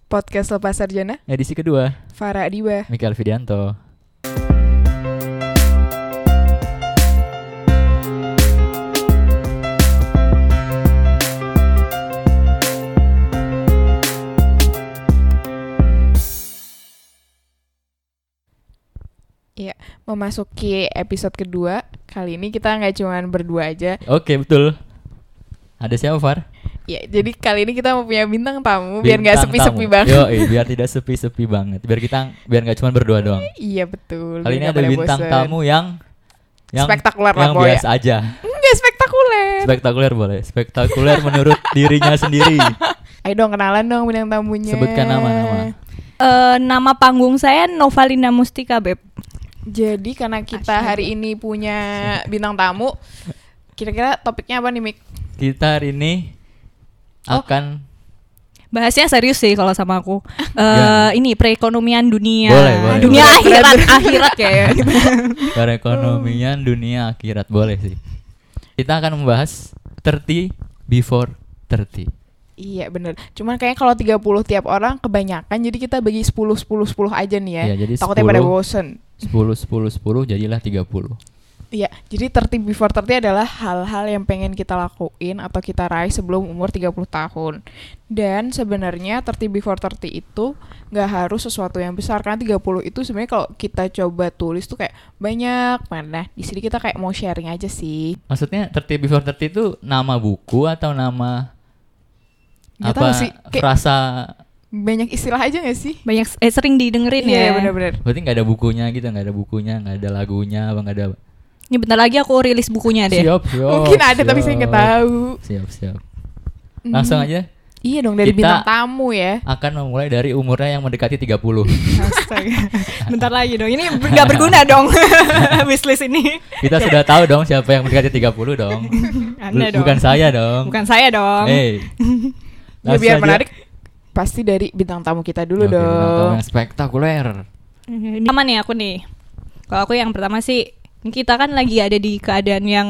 Podcast Lepas Sarjana, Edisi kedua, Farah Adiba. Mikael Vidianto. Ya, memasuki episode kedua. Kali ini kita nggak cuma berdua aja. Oke, betul. Ada siapa, Far? Ya, jadi kali ini kita mau punya bintang tamu biar nggak sepi-sepi banget. Biar tidak sepi-sepi banget. Biar nggak cuma berdua doang. Iya betul. Kali ini ada bintang tamu yang spektakuler lah, yang biasa aja. Enggak spektakuler. Spektakuler boleh. Spektakuler menurut dirinya sendiri. Ayo dong, kenalan dong bintang tamunya. Sebutkan nama. Nama panggung saya Novalina Mustika, Beb. Jadi karena kita hari ini punya bintang tamu, kira-kira topiknya apa nih, Mik? Kita hari ini akan bahasnya serius sih kalau sama aku. Ini perekonomian dunia. Boleh. Dunia akhirat ya. perekonomian dunia akhirat boleh sih. Kita akan membahas 30 before 30. Iya bener. Cuman kayaknya kalau 30 tiap orang kebanyakan, jadi kita bagi 10 aja nih ya. Iya, jadi takutnya pada bosen. 10 jadilah 30. Iya, jadi 30 before 30 adalah hal-hal yang pengen kita lakuin atau kita raih sebelum umur 30 tahun. Dan sebenarnya 30 before 30 itu gak harus sesuatu yang besar, karena 30 itu sebenarnya kalau kita coba tulis tuh kayak banyak banget. Nah, di sini kita kayak mau sharing aja sih. Maksudnya 30 before 30 itu nama buku atau nama Gak apa tahu sih, frasa? Banyak istilah aja gak sih? Banyak sering didengerin ya. Iya, benar-benar. Berarti nggak ada bukunya gitu, nggak ada lagunya, apa nggak ada? Ini bentar lagi aku rilis bukunya deh. Siap. Mungkin ada tapi saya nggak tahu. Siap. Langsung aja. Iya dong, dari Kita bintang tamu ya. Akan memulai dari umurnya yang mendekati 30. Astaga. Bentar lagi dong. Ini nggak berguna dong. Wishlist ini. Kita sudah tahu dong siapa yang mendekati 30 dong. Anda dong. Bukan saya dong. Bukan saya dong. Ya, biar menarik, pasti dari bintang tamu kita dulu dong. Bintang tamu yang spektakuler. Ini sama nih aku nih. Kalau aku yang pertama sih, kita kan lagi ada di keadaan yang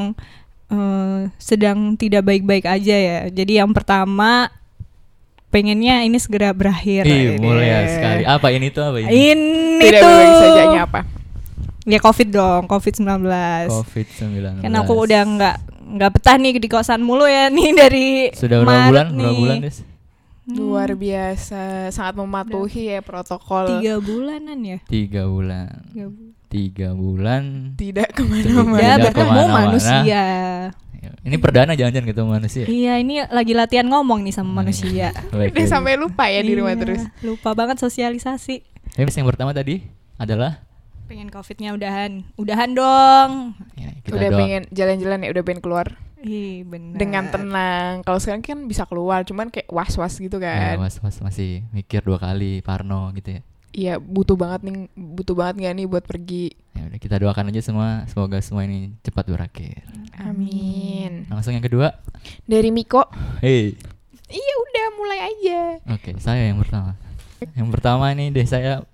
sedang tidak baik-baik aja ya. Jadi yang pertama pengennya ini segera berakhir. Mulia sekali. Apa ini tuh apa ini? Ini tidak tuh baik sajanya apa? Ya COVID-19. COVID-19. Kan aku udah nggak betah nih di kosan mulu ya nih dari sudah Maret berapa bulan, Des? Luar biasa, sangat mematuhi ya protokol. 3 bulanan ya. 3 bulan. 3 bulan. Tidak kemana-mana. Ya bertemu manusia. Ini perdana jangan-jangan ketemu manusia. Iya, ini lagi latihan ngomong nih sama manusia. Udah sampai lupa ya di rumah terus. Lupa banget sosialisasi. Tapi yang pertama tadi adalah pengen COVID-nya udahan dong. Ya, kita udah doang. pengen jalan-jalan ya, udah pengen keluar. Ih, benar. Dengan tenang. Kalau sekarang kan bisa keluar, cuman kayak was-was gitu Ya, kan. was-was masih mikir 2 kali, parno gitu ya. Iya, butuh banget nggak nih buat pergi. Ya udah, kita doakan aja semua, semoga semua ini cepat berakhir. Amin. Langsung yang kedua. Dari Miko. Hey. Iya, udah mulai aja. Oke, saya yang pertama. Yang pertama ini deh,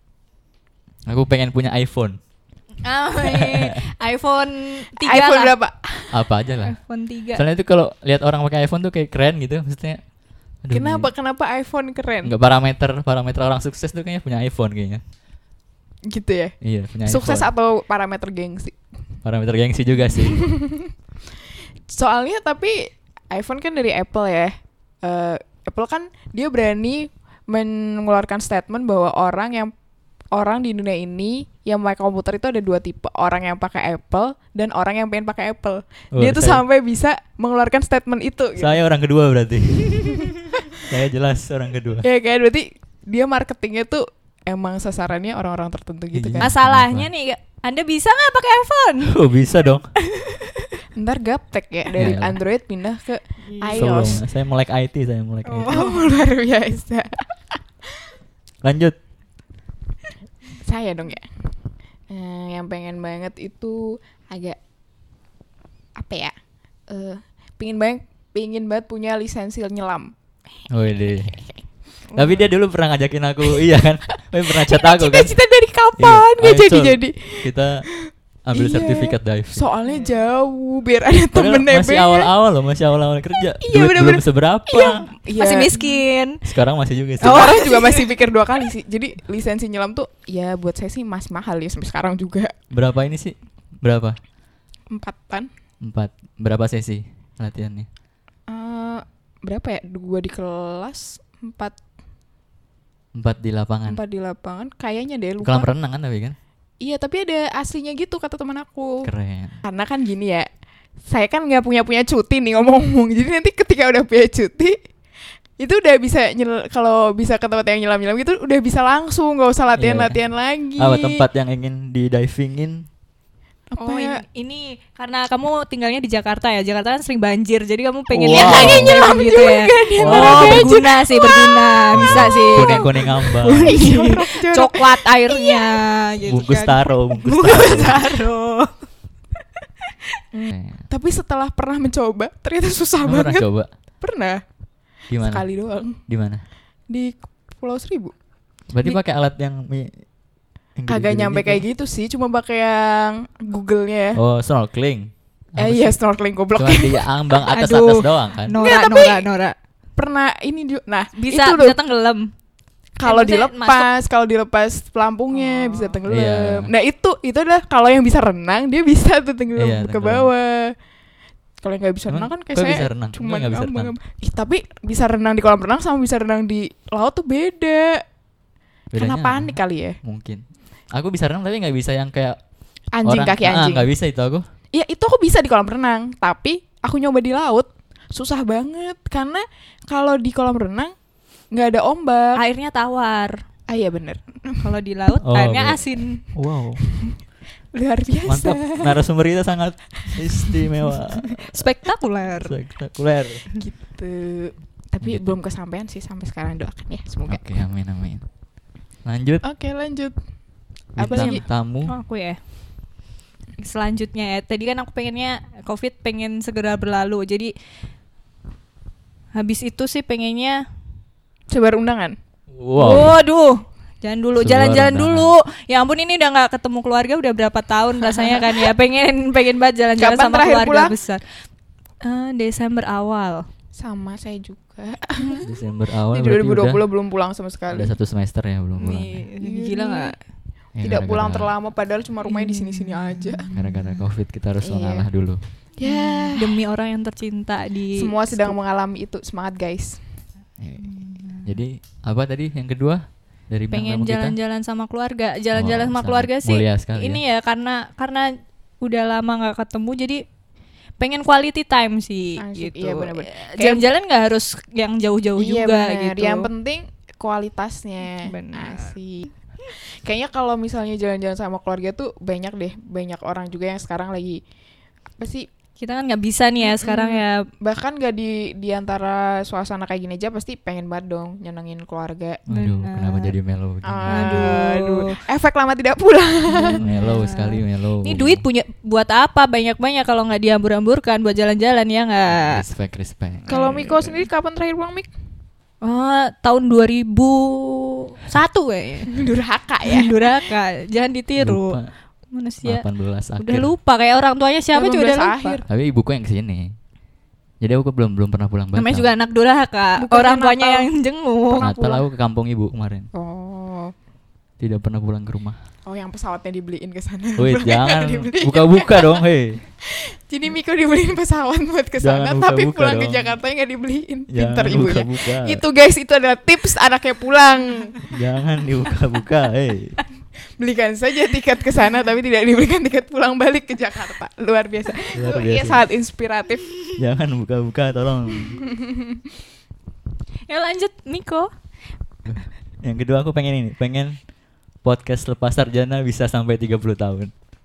aku pengen punya iPhone. iPhone 3 iPhone lah. berapa? Apa aja lah. iPhone 3. Soalnya itu kalau lihat orang pakai iPhone tuh kayak keren gitu, maksudnya. Aduh, Kenapa iPhone keren? Enggak, parameter orang sukses tuh kayaknya punya iPhone kayaknya. Gitu ya. Iya, punya Sukses iPhone. atau parameter gengsi? Parameter gengsi juga sih. Soalnya tapi iPhone kan dari Apple ya. Apple kan dia berani mengeluarkan statement bahwa orang di dunia ini yang pakai komputer itu ada 2 tipe, orang yang pakai Apple dan orang yang pengen pakai Apple. Dia tuh sampai bisa mengeluarkan statement itu. Gitu. Saya orang kedua berarti. Saya jelas orang kedua. Ya kan, berarti dia marketingnya tuh emang sasarannya orang-orang tertentu gitu kan. Masalahnya nih, Anda bisa nggak pakai iPhone? Oh, bisa dong. Ntar gaptek ya dari Ya. Android pindah ke iOS. Saya melek IT. Oh, luar biasa. Lanjut. Saya dong ya. Yang pengen banget itu agak apa ya? Pingin banget punya lisensi nyelam. Oh deh. Tapi dia dulu pernah ngajakin aku, iya kan? Pernah chat aku kan. Cita-cita dari kapan Iya. gak Ayo, Col, jadi. Kita ambil Iya. sertifikat diving. Soalnya jauh biar ada Padahal temen masih nebengnya. awal-awal loh, masih awal-awal kerja. Iya, Duit bener-bener. belum seberapa. Iya. Masih miskin. Sekarang masih juga sih. Orang juga masih pikir 2 kali sih. Jadi lisensi nyelam tuh ya buat saya sih masih mahal ya sampai sekarang juga. Berapa ini sih? Berapa? 4-an. 4. Berapa sesi latihannya? Berapa ya? 2 di kelas, 4 4 di lapangan. di lapangan. Kayaknya deh lupa. Kolam renang kan tapi kan? Iya, tapi ada aslinya gitu kata teman aku. Keren. Karena kan gini ya, saya kan nggak punya cuti nih ngomong-ngomong. Jadi nanti ketika udah punya cuti, itu udah bisa kalau bisa ke tempat yang nyelam-nyelam gitu udah bisa langsung, nggak usah latihan-latihan lagi. Apa tempat yang ingin di divingin? Apa Oh ya? ini karena kamu tinggalnya di Jakarta ya. Jakarta kan sering banjir. Jadi kamu pengen Wow. yang Pengen nyelam gitu ya. Oh, berguna sih, berguna. Bisa sih. Kuning-kuning ngambang. Jorok-jorok. Coklat airnya gitu Bungkus kan. taro, bungkus taro. Taruh. Tapi setelah pernah mencoba, ternyata susah Kamu pernah banget. coba? Pernah. Gimana? Sekali doang Di mana? di Pulau Seribu. Berarti Di- pakai alat yang Kagak nyampe kayak gitu sih, cuma pakai yang Google-nya ya. Oh, snorkeling. Apa Iya, sih? snorkeling goblok. Cuma di ambang atas Aduh. doang kan? Nora, Nggak, Nora. Pernah ini juga. Nah, Bisa itu bisa tenggelam. kalau maksudnya dilepas pelampungnya Oh. bisa tenggelam. Iya. Nah, itu adalah kalau yang bisa renang dia bisa tuh tenggelam Iya, ke tenggelam. bawah. Kalau yang nggak bisa Emang renang kan kayak kok saya bisa renang? cuma Gue nggak bisa renang. Tapi bisa renang di kolam renang sama bisa renang di laut tuh beda. Karena Bedanya panik apa? kali ya. Mungkin. Aku bisa renang tapi nggak bisa yang kayak Anjing, orang. kaki anjing. Nggak bisa itu aku. Iya, itu aku bisa di kolam renang, tapi aku nyoba di laut susah banget karena kalau di kolam renang nggak ada ombak. Airnya tawar. Ah iya bener, Kalau di laut Oh, airnya iya. asin. Wow. luar biasa. Mantap. Narasumber kita sangat istimewa. Spektakuler. Spektakuler. Gitu. Tapi Gitu. belum kesampaian sih sampai sekarang, doakan ya semoga. Oke, amin amin. Lanjut. Oke, lanjut. Apa Bintang lagi? tamu. Oh, aku ya. Selanjutnya ya. Tadi kan aku pengennya COVID pengen segera berlalu. Jadi habis itu sih pengennya Sebar undangan. Wow. waduh, jangan dulu, Sebar jalan-jalan undangan. dulu. Ya ampun, ini udah nggak ketemu keluarga udah berapa tahun rasanya kan ya. Pengen banget jalan-jalan Kapan sama terakhir keluarga pulang? besar. Desember awal. Sama saya juga. Desember awal Di berarti 2020 udah belum pulang sama sekali. ada 1 semester ya belum pulang. Nih, gila nggak? Ya, Tidak gara-gara- pulang terlama padahal cuma rumahnya di sini-sini aja. Gara-gara Covid kita harus Iya. mengalah dulu. Ya, Demi orang yang tercinta di semua sedang mengalami itu. Semangat guys. Jadi apa tadi yang kedua dari bintang pengen tamu kita? jalan-jalan sama keluarga. Jalan-jalan Wah, sama sangat keluarga sih. mulia sekali Ini ya karena udah lama nggak ketemu jadi pengen quality time sih Asik, gitu. iya, bener-bener. Jalan-jalan nggak harus yang jauh-jauh Iya, juga bener. gitu. Yang penting kualitasnya. Bener. Asik. Kayaknya kalau misalnya jalan-jalan sama keluarga tuh banyak orang juga yang sekarang lagi apa sih, Kita kan nggak bisa nih ya sekarang ya. bahkan gak di antara suasana kayak gini aja pasti pengen banget dong nyenengin keluarga. Aduh, Benar. kenapa jadi mellow? Aduh, efek lama tidak pulang. Mellow sekali mellow. Ini duit punya buat apa banyak-banyak kalau nggak diambur-amburkan buat jalan-jalan ya nggak? Respect. Kalau Miko sendiri kapan terakhir pulang, Mik? Oh, tahun 2001 kayaknya. Durhaka ya. Durhaka, jangan ditiru. Lupa. Manusia 18 akhir. udah lupa kayak orang tuanya siapa juga udah 18 lupa. akhir. Tapi ibuku yang kesini. Jadi aku belum pernah pulang Batam. Namanya juga anak durhaka. Bukannya Orang tuanya Natal. yang jenguk. Pernah Natal pulang. aku ke kampung ibu kemarin. Oh. Tidak pernah pulang ke rumah. Oh, yang pesawatnya dibeliin ke sana. Wait, Pulangnya jangan nggak dibeliin. buka-buka dong, hei. Jadi Miko dibeliin pesawat buat ke sana, Jangan tapi buka-buka pulang ke dong. Jakarta nggak dibeliin. Jangan Pinter ibunya. buka-buka. Itu guys, itu adalah tips anaknya pulang. Jangan dibuka-buka, hei. Belikan saja tiket ke sana tapi tidak diberikan tiket pulang balik ke Jakarta. Luar biasa. Luar Iya, biasa. sangat inspiratif. Jangan buka-buka, tolong. Ya lanjut Miko. Yang kedua aku pengen podcast lepas sarjana bisa sampai 30 tahun.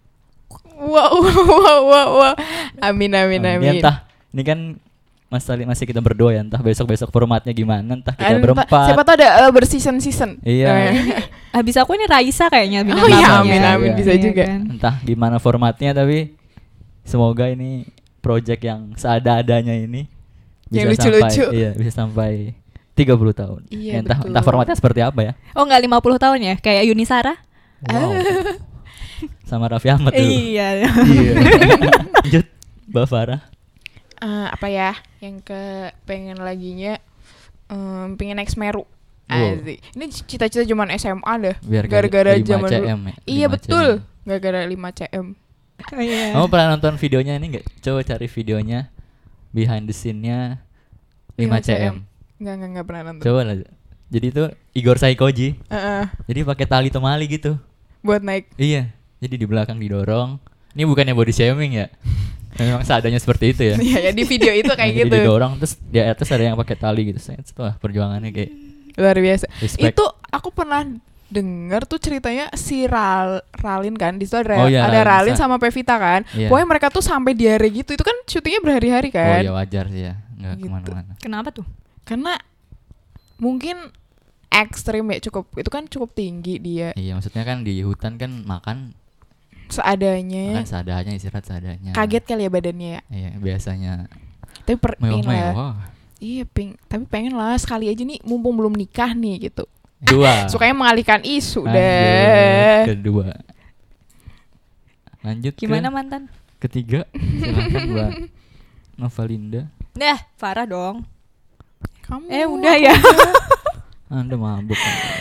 Wow. Amin. Ya, entah, ini kan masih kita berdua ya, entah besok formatnya gimana, entah kita berempat. Siapa tahu ada berseason-season. Iya. Habis aku ini Raisa kayaknya bintang Oh iya, tamunya. amin, bisa Iya juga. kan? Entah gimana formatnya, tapi semoga ini project yang seada-adanya ini Yang bisa lucu-lucu. sampai, iya, bisa sampai 30 tahun. Iya, entah betul. formatnya seperti apa ya. Oh nggak 50 tahun ya kayak Yuni Sarah? Wow. sama Raffi Ahmad dulu. Iya. Iya. Lanjut Mbak Farah. Apa ya yang pengen laginya pengen naik Semeru. Wow. Asik. Ini cita-cita zaman SMA dah. Biar Gara-gara 5 zaman dulu. CM ya. Iya 5 betul. CM. Gara-gara 5 CM. Oh, iya. Kamu pernah nonton videonya ini nggak? Coba cari videonya behind the scene-nya 5 CM. Enggak pernah nonton. Coba lah. Jadi itu Igor Saikoji. Heeh. Jadi pakai tali temali gitu. Buat naik. Iya. Jadi di belakang didorong. Ini bukannya body shaming ya? Memang seadanya seperti itu ya. Iya ya di video itu kayak Nah, jadi gitu. didorong terus di atas ada yang pakai tali gitu. Wah, perjuangannya kayak Luar biasa. respect. Itu aku pernah denger tuh ceritanya si Ralin kan. Di situ ada, Oh iya, ada Ralin Ralin sama Pevita kan. Iya. Pokoknya mereka tuh sampai diare gitu. Itu kan syutingnya berhari-hari Oh kan. ya wajar sih ya. Nggak Gitu. kemana-mana. Kenapa tuh? Karena mungkin ekstrim ya cukup. Itu kan cukup tinggi dia. Iya, maksudnya kan di hutan kan makan Seadanya. seadanya, istirahat seadanya. Kaget kali ya badannya ya. Iya, biasanya Tapi pengen lah. mewah-mewah. Iya, tapi pengen lah sekali aja nih mumpung belum nikah nih gitu. Dua. Sukanya mengalihkan isu Lanjut, deh. kedua. Lanjut Gimana ke mantan? ketiga. Silakan Mbak Novalinda. Nah, Farah dong. Kamu Udah ya. Anda mabuk.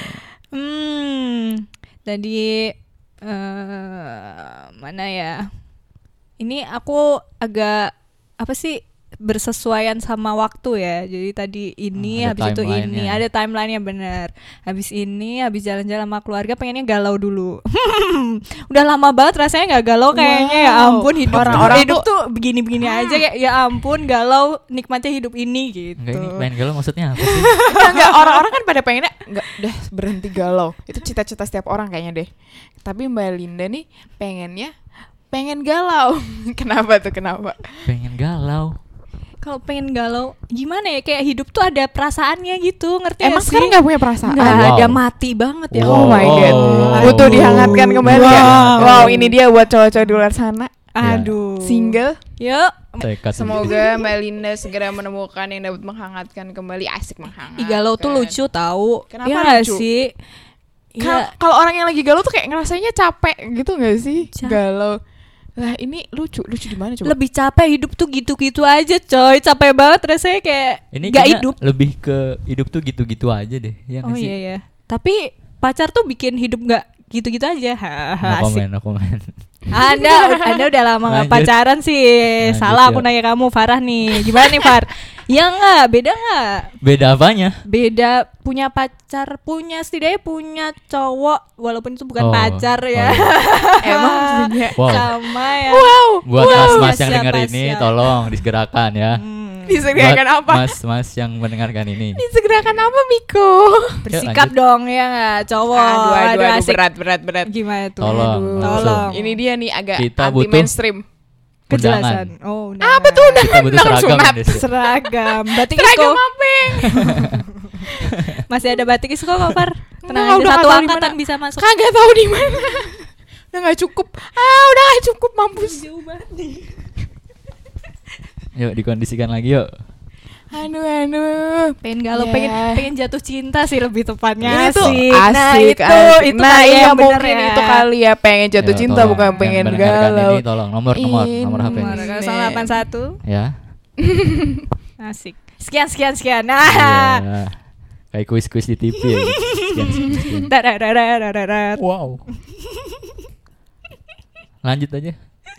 Tadi mana ya? Ini aku agak apa sih bersesuaian sama waktu ya. Jadi tadi ini Ada habis itu ini, timeline-nya. ada timelinenya bener. Habis ini habis jalan-jalan sama keluarga pengennya galau dulu. Udah lama banget rasanya nggak galau kayaknya. Ya Wow. ampun hidup Orang-orang hidup tuh begini-begini aja kayak ya ampun galau nikmatnya hidup ini gitu. Enggak, ini main galau maksudnya apa sih? Enggak, orang-orang kan pada pengennya enggak udah berhenti galau. Itu cita-cita setiap orang kayaknya deh. Tapi Mbak Linda nih pengen galau. Kenapa tuh? Kenapa? Pengen galau. Kalau pengen galau gimana ya kayak hidup tuh ada perasaannya gitu ngerti Emang gak sih? sekarang nggak punya perasaan? Nggak Wow. ada mati banget ya. Oh my god. Wow. Butuh dihangatkan kembali ya. Wow. Wow, ini dia buat cowok-cowok di luar sana Aduh. single. Yuk. Tekad. Semoga Mbak Linda segera menemukan yang dapat menghangatkan kembali. Asik menghangatkan. Ih, galau tuh lucu tahu. Kenapa Iya nggak lucu? sih? Iya. Kalau orang yang lagi galau tuh kayak ngerasanya capek gitu nggak sih? Capek. Galau. Lah ini lucu di mana coba? Lebih capek hidup tuh gitu-gitu aja coy. Capek banget rasanya kayak Ini gak kayaknya hidup. lebih ke hidup tuh gitu-gitu aja deh. Ya Oh nggak sih? iya ya. Tapi pacar tuh bikin hidup gak gitu-gitu aja. Haha, No asik. comment, no comment. Anda udah lama gak Lanjut. pacaran sih. Lanjut, Salah aku ya. nanya kamu Farah nih. Gimana nih Far? Ya nggak, beda nggak? Beda apanya? Beda punya pacar, setidaknya punya cowok walaupun itu bukan Oh, pacar ya. oh iya. Emang punya. Wow. Sama ya. Buat mas-mas yang Siapa, denger ini siapa? tolong disegerakan ya. Disegerakan Buat apa? Mas-mas yang mendengarkan ini. Disegerakan apa Miko? Bersikap lanjut. dong ya nggak cowok. Aduh, asik. berat. Gimana tuh? Tolong, Tolong. Ini dia nih agak Kita anti butuh mainstream. Kejelasan. Undangan. Oh, Apa tuh undangan? Kita butuh Undangan seragam sunat. ini, Desi. Seragam. Batik Seragam Isko. apa? Masih ada batik Isko kok, Far. Tenang Enggak, aja udah satu nggak tahu di angkatan mana. bisa masuk. Kagak tahu di mana. Udah nggak cukup. Udah nggak cukup mampus. Jauh banget nih. Yuk dikondisikan lagi yuk. Aduh. Pengen galau, Ya. pengen jatuh cinta sih lebih tepatnya. Ini tuh Asik. asik, Nah, asik. itu Nah, kali iya yang bener mungkin ya. itu kali ya pengen jatuh Yuk, cinta tolong. bukan Yang pengen mendengarkan galau. Ini tolong nomor HP Nomor ini. 081. Ya. Asik. Sekian. Nah. Iya. Kayak kuis-kuis di TV ya. Sekian. Dadadadadadadad. Wow. Lanjut aja.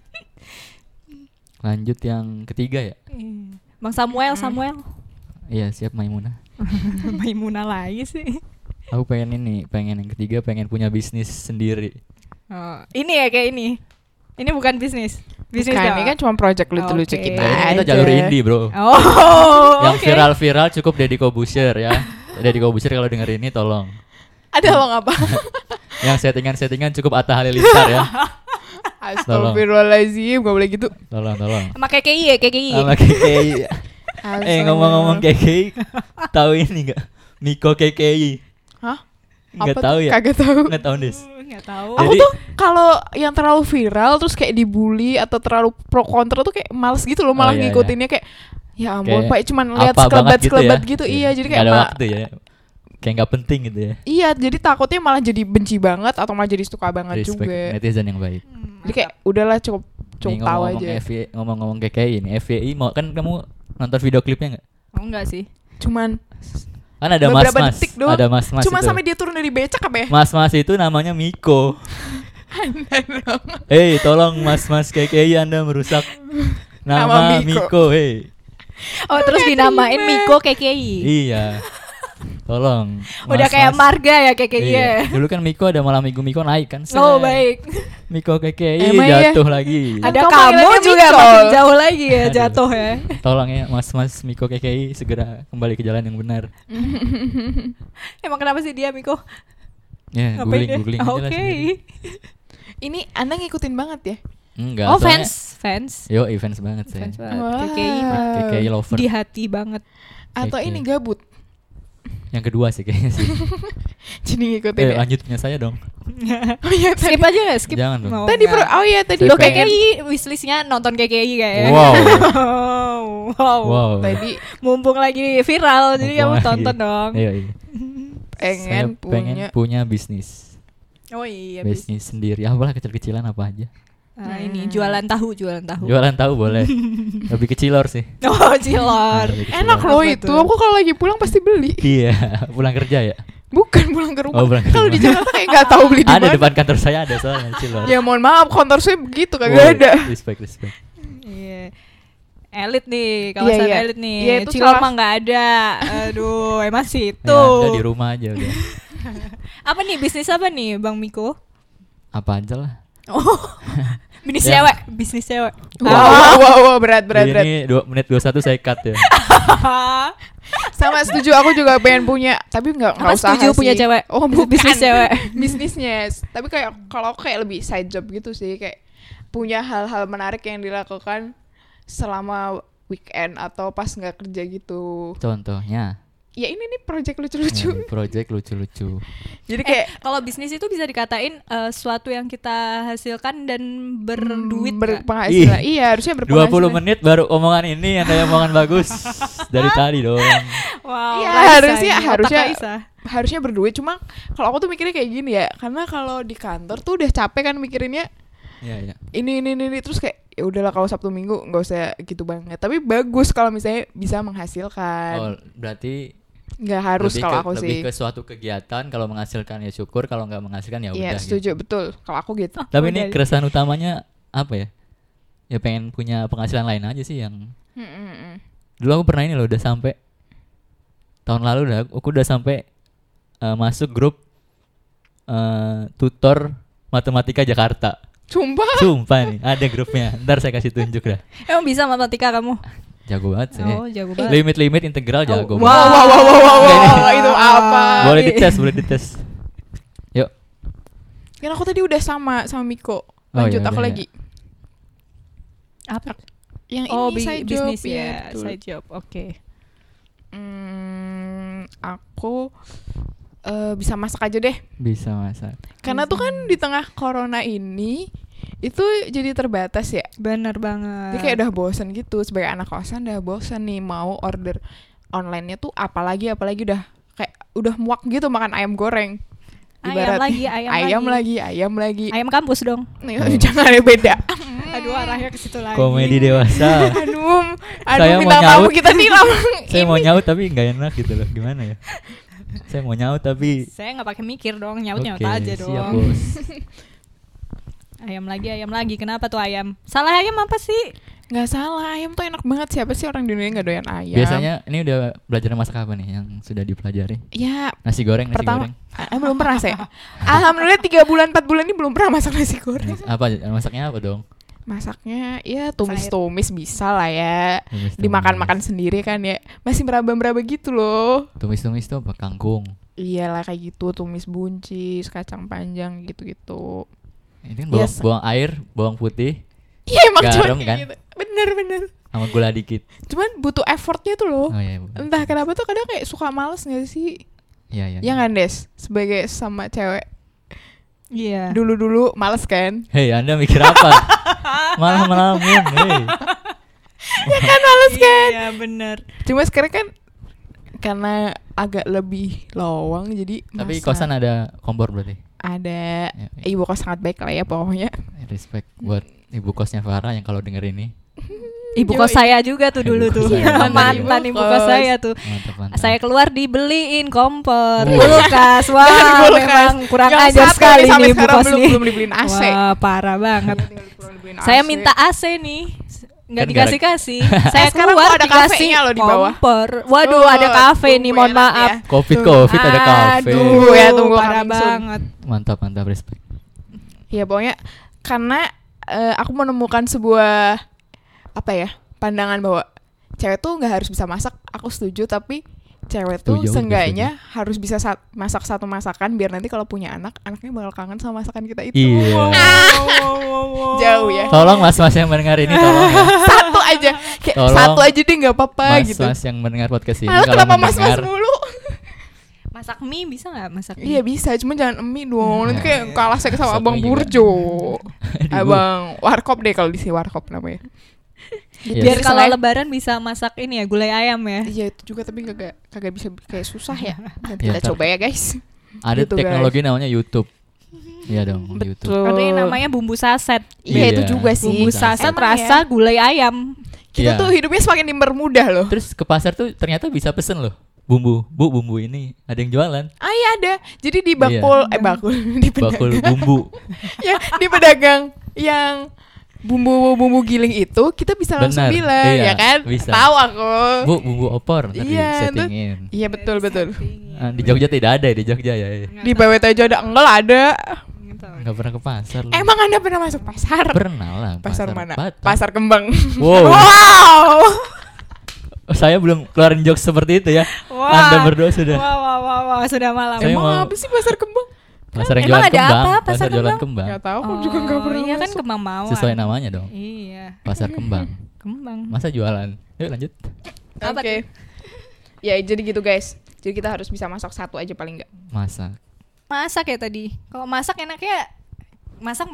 Lanjut yang ketiga ya. Bang Samuel. Iya siap Maimunah. Maimunah lagi sih. Aku pengen yang ketiga pengen punya bisnis sendiri. Oh, ini ya kayak ini. Ini bukan bisnis. Bisnis Bukan, dong. ini kan cuma project lucu-lucu Oke. kita Ini kita aja. jalur indie bro. Oh, Yang oke. viral-viral cukup Deddy Corbuzier ya. Deddy Corbuzier kalau denger ini tolong. Ada lo apa? Yang settingan cukup Atta Halilintar ya. Astagfirullahaladzim, gak boleh gitu. Tolong. Sama KKI ya, KKI. Sama KKI. Ngomong-ngomong KKI, tahu ini enggak? Miko KKI. Hah? Enggak Apa tahu tuh? ya? Kagak tahu. Enggak tahu, Des. Nggak tahu. Aku Jadi- tuh kalau yang terlalu viral terus kayak dibully atau terlalu pro kontra tuh kayak males gitu loh, malah iya, ngikutinnya kayak ya ampun, Kayak Pak cuman lihat apa banget sekelebat gitu ya? gitu. Iya, jadi kayak Nggak ada waktu ya. kayak nggak penting gitu ya. Iya, jadi takutnya malah jadi benci banget atau malah jadi suka banget Respect juga. netizen yang baik. Jadi kayak udahlah cukup Nih, tahu ngomong-ngomong aja. ngomong-ngomong KKI ini, FYI mau kan kamu nonton video klipnya nggak? Oh, enggak sih. Cuman Kan ada beberapa mas-mas, detik doang. ada mas-mas cuma itu. sampai dia turun dari becak apa ya? Mas-mas itu namanya Miko. Aneh dong. Tolong mas-mas KKI Anda merusak nama Nama Miko. Miko, Oh, terus dinamain Miko KKI. Iya. Tolong. Udah kayak marga ya KKI ya. Iya. Dulu kan Miko ada malam minggu Miko naik kan. Oh, baik. Miko KKI Emang ya? jatuh lagi. Kan Ada kamu kamu panggilannya juga Miko. makin jauh lagi ya Aduh. jatuh ya. Tolong ya mas-mas Miko KKI segera kembali ke jalan yang benar. Emang kenapa sih dia Miko? Ya, Ngapain dia? googling aja lah Oke. sendiri. Ini Anda ngikutin banget ya? Enggak. Oh, soalnya- fans. Yo, events banget saya. Fans banget. Wah. KKI KKI lover. di hati banget. Atau Oke. ini gabut? Yang kedua sih kayaknya sih. Jadi ngikutin ya? Lanjutnya saya dong. Oh iya tadi. Skip aja ya, skip. Jangan dong. Mau Tadi nggak? oh iya tadi Lo Skip. KKI wishlistnya nonton KKI kayaknya. Wow. wow. Wow. Tadi Mumpung lagi viral, jadi kamu Mumpung lagi. tonton dong. Iya, iya. Saya pengen pengen punya punya bisnis. Oh iya, Bisnis sendiri. Apalah kecil-kecilan apa aja. ini jualan tahu. Jualan tahu boleh. Lebih kecilor sih. Oh, cilor. Lebih kecilor. enak loh Apa itu. tuh? Aku kalau lagi pulang pasti beli. Iya, pulang kerja ya. Bukan pulang ke rumah. Oh, pulang ke Kalau di rumah. Jakarta kayak nggak tahu beli di Ada mana. depan kantor saya ada soalnya kecilor. Ya mohon maaf, kantor saya begitu kagak Wow, ada. Respect. Iya. Elit nih, kawasan Iya. elit nih. Iya, itu Cilor salah- mah nggak ada. Aduh, emang situ. Ya, ada di rumah aja udah. Apa nih bisnis apa nih, Bang Miko? Apa aja lah. Oh. Bisnis Ya. cewek, bisnis cewek. Wow, berat. Ini 2 menit 21 saya cut ya. Sama setuju, aku juga pengen punya, tapi nggak Apa usah setuju punya cewek? Oh bukan. Bisnis cewek. Bisnisnya, tapi kayak kalau aku kayak lebih side job gitu sih, kayak punya hal-hal menarik yang dilakukan selama weekend atau pas nggak kerja gitu. Contohnya, Ya ini nih project lucu-lucu. project lucu-lucu. Jadi kayak Kalau bisnis itu bisa dikatain suatu yang kita hasilkan dan berduit nggak? berpenghasilan. Iya, harusnya 20 berpenghasilan. menit baru omongan ini Anda yang omongan bagus dari tadi dong. Wow, Iya, Raisa harusnya- ini, otak harusnya- Raisa. Harusnya berduit, cuma kalau aku tuh mikirnya kayak gini ya, karena kalau di kantor tuh udah capek kan mikirinnya Iya, iya. ini terus kayak ya udahlah kalau Sabtu Minggu nggak usah gitu banget. Tapi bagus kalau misalnya bisa menghasilkan. Oh, berarti Nggak harus lebih kalau ke, aku lebih sih. ke suatu kegiatan, kalau menghasilkan ya syukur, kalau nggak menghasilkan ya Iya, udah. setuju betul. Kalau aku gitu. Tapi ini Udah. keresahan utamanya apa ya? Ya pengen punya penghasilan lain aja sih yang dulu aku pernah ini loh udah sampai tahun lalu aku udah sampai masuk grup tutor matematika Jakarta. Sumpah nih ada grupnya. Ntar saya kasih tunjuk dah. Emang bisa matematika kamu? Jago banget sih. Oh, jago banget. Limit integral jago Wow, banget. itu apa? Boleh dites. Yuk. Kan aku tadi udah sama Miko. Oh, Lanjut iya, aku udah, lagi. Apa? Yang Oh, ini side job bisnis ya, betul. side job. Oke. Aku bisa masak aja deh. Bisa masak. Karena tuh kan di tengah corona ini itu jadi terbatas ya. Bener banget. Jadi kayak udah bosen gitu, sebagai anak kosan udah bosen nih mau order online-nya tuh apalagi udah kayak udah muak gitu makan ayam goreng. Ayam lagi. Ayam lagi. Ayam kampus dong. Nih, jangan ada beda. Aduh, arahnya ke situ lagi. Komedi dewasa. Aduh, Saya mau minta tahu nyaut. kita nih lama. Saya mau nyaut tapi nggak enak gitu loh. Gimana ya? Saya mau nyaut tapi Saya nggak pakai mikir dong, nyaut-nyaut Oke, aja siap, dong. Bos. Ayam lagi. Kenapa tuh ayam? Salah ayam apa sih? Nggak salah, ayam tuh enak banget. Siapa sih orang di dunia nggak doyan ayam? Biasanya ini udah belajar masak apa nih yang sudah dipelajari? Ya Nasi goreng. pertama belum pernah saya. Alhamdulillah 3 bulan 4 bulan ini belum pernah masak nasi goreng. Apa masaknya apa dong? Masaknya ya tumis bisa lah ya. Tumis-tumis. Dimakan-makan sendiri kan ya. Masih meraba-meraba gitu loh. Tumis-tumis tuh apa? Kangkung. Iyalah kayak gitu, tumis buncis, kacang panjang gitu-gitu. Ini kan Yes. bawang air, bawang putih, Iya emang Garam cuma kayak kan? gitu. Bener. sama gula dikit. Cuman butuh effortnya tuh loh. Oh iya. Entah kenapa tuh kadang kayak suka males gak sih? Iya. Ya kan Des? Sebagai sama cewek Iya. dulu-dulu males kan? Hei, Anda mikir apa? Malah melamun, hei. Males kan? Iya, bener. Cuma sekarang kan karena agak lebih lowong jadi Tapi masak. kosan ada kompor berarti. Ada Ya, ibu kos sangat baik lah ya pokoknya. respect buat ibu kosnya Farah yang kalau denger ini. Ibu kos saya juga tuh dulu Ibu tuh. kos saya. Mantan ibu kos saya tuh. Mantap. Saya keluar dibeliin kompor, Oh. kulkas. Wah, Kulkas. memang kurang Yang ajar satu sekali nih sampai nih ibu sekarang kos nih. belum dibeliin AC. Wah, parah banget. Saya minta AC nih. Nggak Kan dikasih-kasih. Saya sekarang keluar tuh ada dikasih kafenya loh di bawah. kompor. Waduh, ada kafe nih, tunggu mohon enak maaf. ya. Covid ada kafe. Aduh, ya, tunggu parah coming soon. banget. Mantap respect. Ya pokoknya karena aku menemukan sebuah pandangan bahwa cewek tuh nggak harus bisa masak. Aku setuju, tapi cewek tuh Setuju, seenggaknya harus bisa masak satu masakan biar nanti kalau punya anaknya bakal kangen sama masakan kita itu. Iya. Jauh ya. Tolong mas-mas yang mendengar ini tolong ya. Satu aja, kayak Tolong. satu aja deh nggak apa-apa gitu. Mas-mas yang mendengar podcast ini Malah kalau kenapa mas-mas mendengar mulu? Masak mie bisa nggak masak mie? Iya bisa, cuma jangan mie dong. Nanti kayak kalah saya sama Masak Abang mie juga. Burjo. Aduh. Abang Warkop deh kalau di sini Warkop namanya. Iya. Biar kalau Selain- lebaran bisa masak ini ya, gulai ayam ya. Iya itu juga tapi kagak bisa kayak susah ya. Nanti Iya, kita ntar. coba ya guys. Ada Gitu, teknologi namanya YouTube. Iya dong, YouTube. Ada yang namanya bumbu saset. Iya itu Iya. juga sih. Bumbu Saset. saset Emang rasa ya, gulai ayam. kita Iya. tuh hidupnya semakin dipermudah loh. Terus ke pasar tuh ternyata bisa pesen loh. Bumbu ini ada yang jualan. Ah iya ada. Jadi di bakul bakul di Bakul pedagang. bumbu. Ya di pedagang yang bumbu giling itu kita bisa langsung Benar, bilang iya, ya kan? bisa. Tahu aku. Bu, bumbu opor tadi Iya, settingin. Iya betul. Di Jogja tidak ada ya, di Jogja ya. Di Bawet aja ada enggak lah ada. Enggak pernah ke pasar lu. Emang Anda pernah masuk pasar? Pernah lah. Pasar mana? Batam. Pasar Kembang. Wow. Wow. Saya belum keluarin jokes seperti itu ya. Wah. Anda berdua sudah. Wah, sudah malam. Saya Emang mau- apa sih Pasar Kembang? Pasar yang Emang jualan ada kembang. apa, pasar Pasar jualan kembang? kembang. Gak tahu, aku juga gak pernah Iya kan masuk. kembang mawar. Sesuai namanya dong. Iya, Pasar kembang. kembang. Masa jualan? Yuk lanjut. Apa Oke. Ya jadi gitu guys. Jadi kita harus bisa masak satu aja paling enggak. Masak. Masak ya tadi. Kalau masak enaknya masak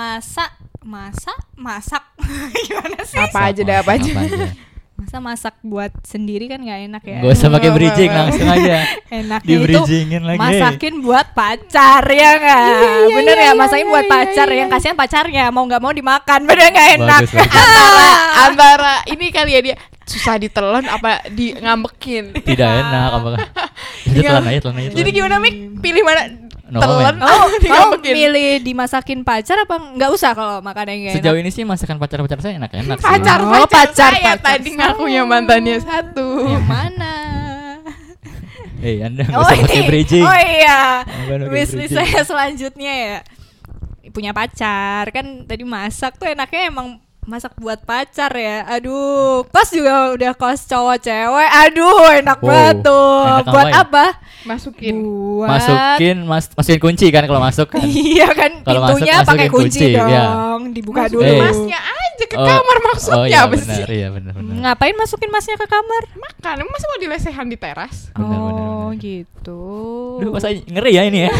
masak. Gimana sih? Apa aja dah, apa aja. Masa masak buat sendiri kan nggak enak ya. Gak usah pakai Nggak, bridging, nggak. langsung aja. Enaknya Di itu bridgingin lagi. masakin buat pacar ya nggak? Iya, Bener iya, ya, iya, masakin iya, buat iya, pacar iya. yang kasihan pacarnya mau nggak mau dimakan, bener nggak enak? Bagus. Antara ini kali ya dia susah ditelan apa di ngambekin. Tidak enak apakah? Iya. Telan aja. Jadi gimana Mik? Pilih mana? No Telan comment. Oh, mau digambekin. milih dimasakin pacar apa nggak usah kalau makannya nggak enak? Sejauh ini sih masakan pacar-pacar saya enak-enak sih. Pacar, Oh, pacar pacar saya tadi saya. ngakunya mantannya satu. Yang mana? Anda nggak usah pakai bridging. Oh iya. Nggak pakai Wishlist bridging. saya selanjutnya ya. Punya pacar kan tadi masak tuh enaknya emang masak buat pacar ya. Aduh, kos juga udah kos cowok cewek. Aduh, enak Wow, banget tuh. enak Buat ngapain? apa? Masukin. Buat Masukin kunci kan kalau masuk kan. Iya kan, Kalau masuk, pintunya pakai masukin kunci, kunci, dong. ya. Dibuka Masukin dulu. masnya aja ke kamar maksudnya iya, apa benar, sih? Iya benar. Ngapain masukin masnya ke kamar? Makan, emang masa mau dilesehan di teras? Oh, gitu. Duh, kok saya ngeri ya ini ya.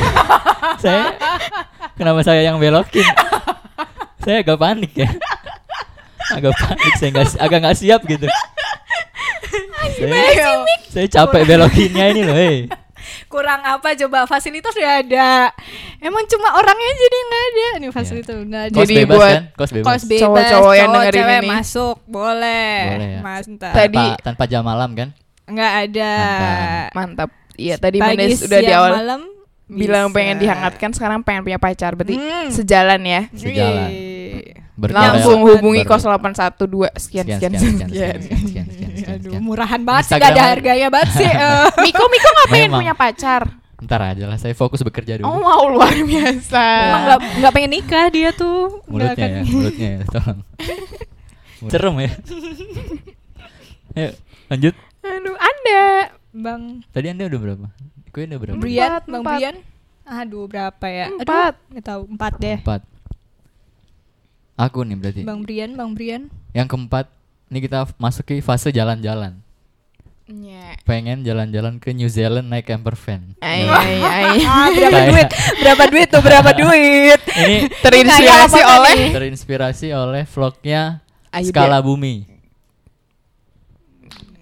Kenapa saya yang belokin? Saya agak panik ya. Agak panik, agak nggak siap gitu. Saya capek belokinnya ini loh. Kurang apa coba, fasilitas udah ada. Emang cuma orangnya jadi nggak ada. Nih fasilitas nggak ada. Kos Jadi bebas buat kan? Kos bebas. Kos bebas, Cowok-cowok yang dengerin cewek ini. masuk boleh. Boleh ya. Mantap. Tadi- Tanpa jam malam kan? Nggak ada. Mantap. Iya tadi Pagi, Mendes udah di siang, awal malam bilang bisa. pengen dihangatkan, sekarang pengen punya pacar. Berarti Hmm. sejalan ya. Sejalan. Wih. Langsung Berkarya. hubungi Ber- kos 812 sekian. Aduh, murahan banget sih, Instagram nggak ada aja. harganya banget sih. Miko nggak pengen Memang. punya pacar. Ntar aja lah, saya fokus bekerja dulu. Oh wow, luar biasa. Emang nggak pengen nikah dia tuh. Nggak akan- Mulutnya ya, tolong. Serem ya. Ayo, lanjut. Aduh, Anda. Bang Tadi Anda udah berapa? Gue udah berapa? Brian, Empat, Bang empat. Brian. Aduh, berapa ya? Empat. Aduh, nggak tahu. 4 deh. 4. Aku nih berarti. Bang Brian. Yang keempat, ini kita masuk ke fase jalan-jalan. Nye. Pengen jalan-jalan ke New Zealand naik camper van. Ai. Berapa Kayak- duit? Berapa duit tuh? Berapa duit? Ini Terinspirasi Kayak apa oleh nih? terinspirasi oleh vlognya Ayu Skala Bumi.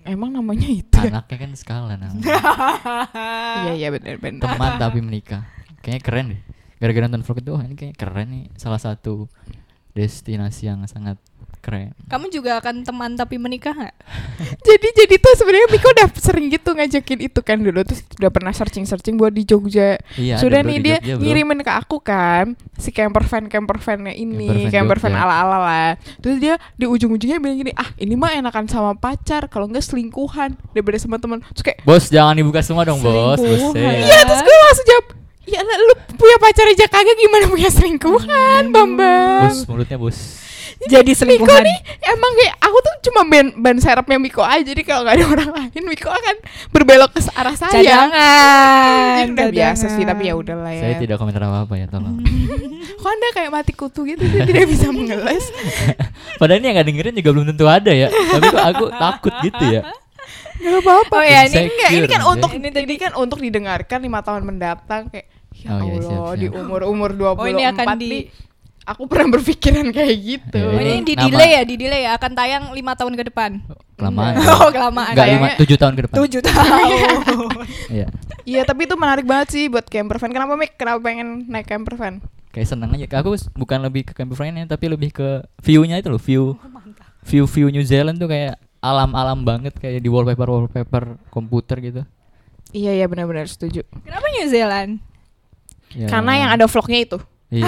Emang namanya itu ya? Anaknya kan skala namanya. Iya benar-benar. Teman tapi menikah. Kayaknya keren deh. Gara-gara nonton vlog itu, ini kayaknya keren nih. Salah satu destinasi yang sangat keren. Kamu juga akan teman tapi menikah nggak? Jadi tuh sebenarnya Miko udah sering gitu ngajakin itu kan dulu, terus udah pernah searching buat di Jogja. Iya, Sudah ada, bro, nih di dia Jogja, bro. ngirimin ke aku kan si campervan-nya ini, Campervan campervan Jogja. ala-ala lah. Terus dia di ujung-ujungnya bilang gini, ini mah enakan sama pacar, kalau enggak selingkuhan daripada sama teman. Terus kayak Bos, jangan dibuka semua dong, Bos. Selingkuhan. Buset. iya, terus gue langsung jawab, ya lah, lu punya pacar aja kagak, gimana punya selingkuhan, Bambang. Bos, mulutnya bos. Jadi Miko selingkuhan. nih emang kayak aku tuh cuma ban serepnya Miko aja, jadi kalau nggak ada orang lain Miko akan berbelok ke arah saya. Cadangan. Jadi udah biasa sih, tapi ya udahlah ya. Saya tidak komentar apa-apa ya, tolong. Kok Anda kayak mati kutu gitu, dia tidak bisa mengeles. Padahal ini yang gak dengerin juga belum tentu ada ya. Tapi kok aku takut gitu ya. Gak apa-apa. Oh ya, ini Enggak, ini kan Insecure, untuk ya. ini kan untuk didengarkan 5 tahun mendatang kayak ya Oh, iya, Allah, siap. di umur 24 Oh, ini akan nih aku pernah berpikiran kayak gitu. Iya, Oh, ini Ini di nama- delay ya, di delay ya, akan tayang 5 tahun ke depan. Kelamaan. Oh, kelamaan. Enggak, Kayaknya 7 tahun ke depan. 7 tahun. Iya. Iya, tapi itu menarik banget sih buat campervan. Kenapa Mik? Kenapa pengen naik campervan? Kayak seneng aja. Aku bukan lebih ke campervan-nya, tapi lebih ke view-nya itu loh, view New Zealand tuh kayak alam-alam banget, kayak di wallpaper komputer gitu. Iya benar-benar setuju. Kenapa New Zealand? Ya. Karena yang ada vlognya itu. Iya.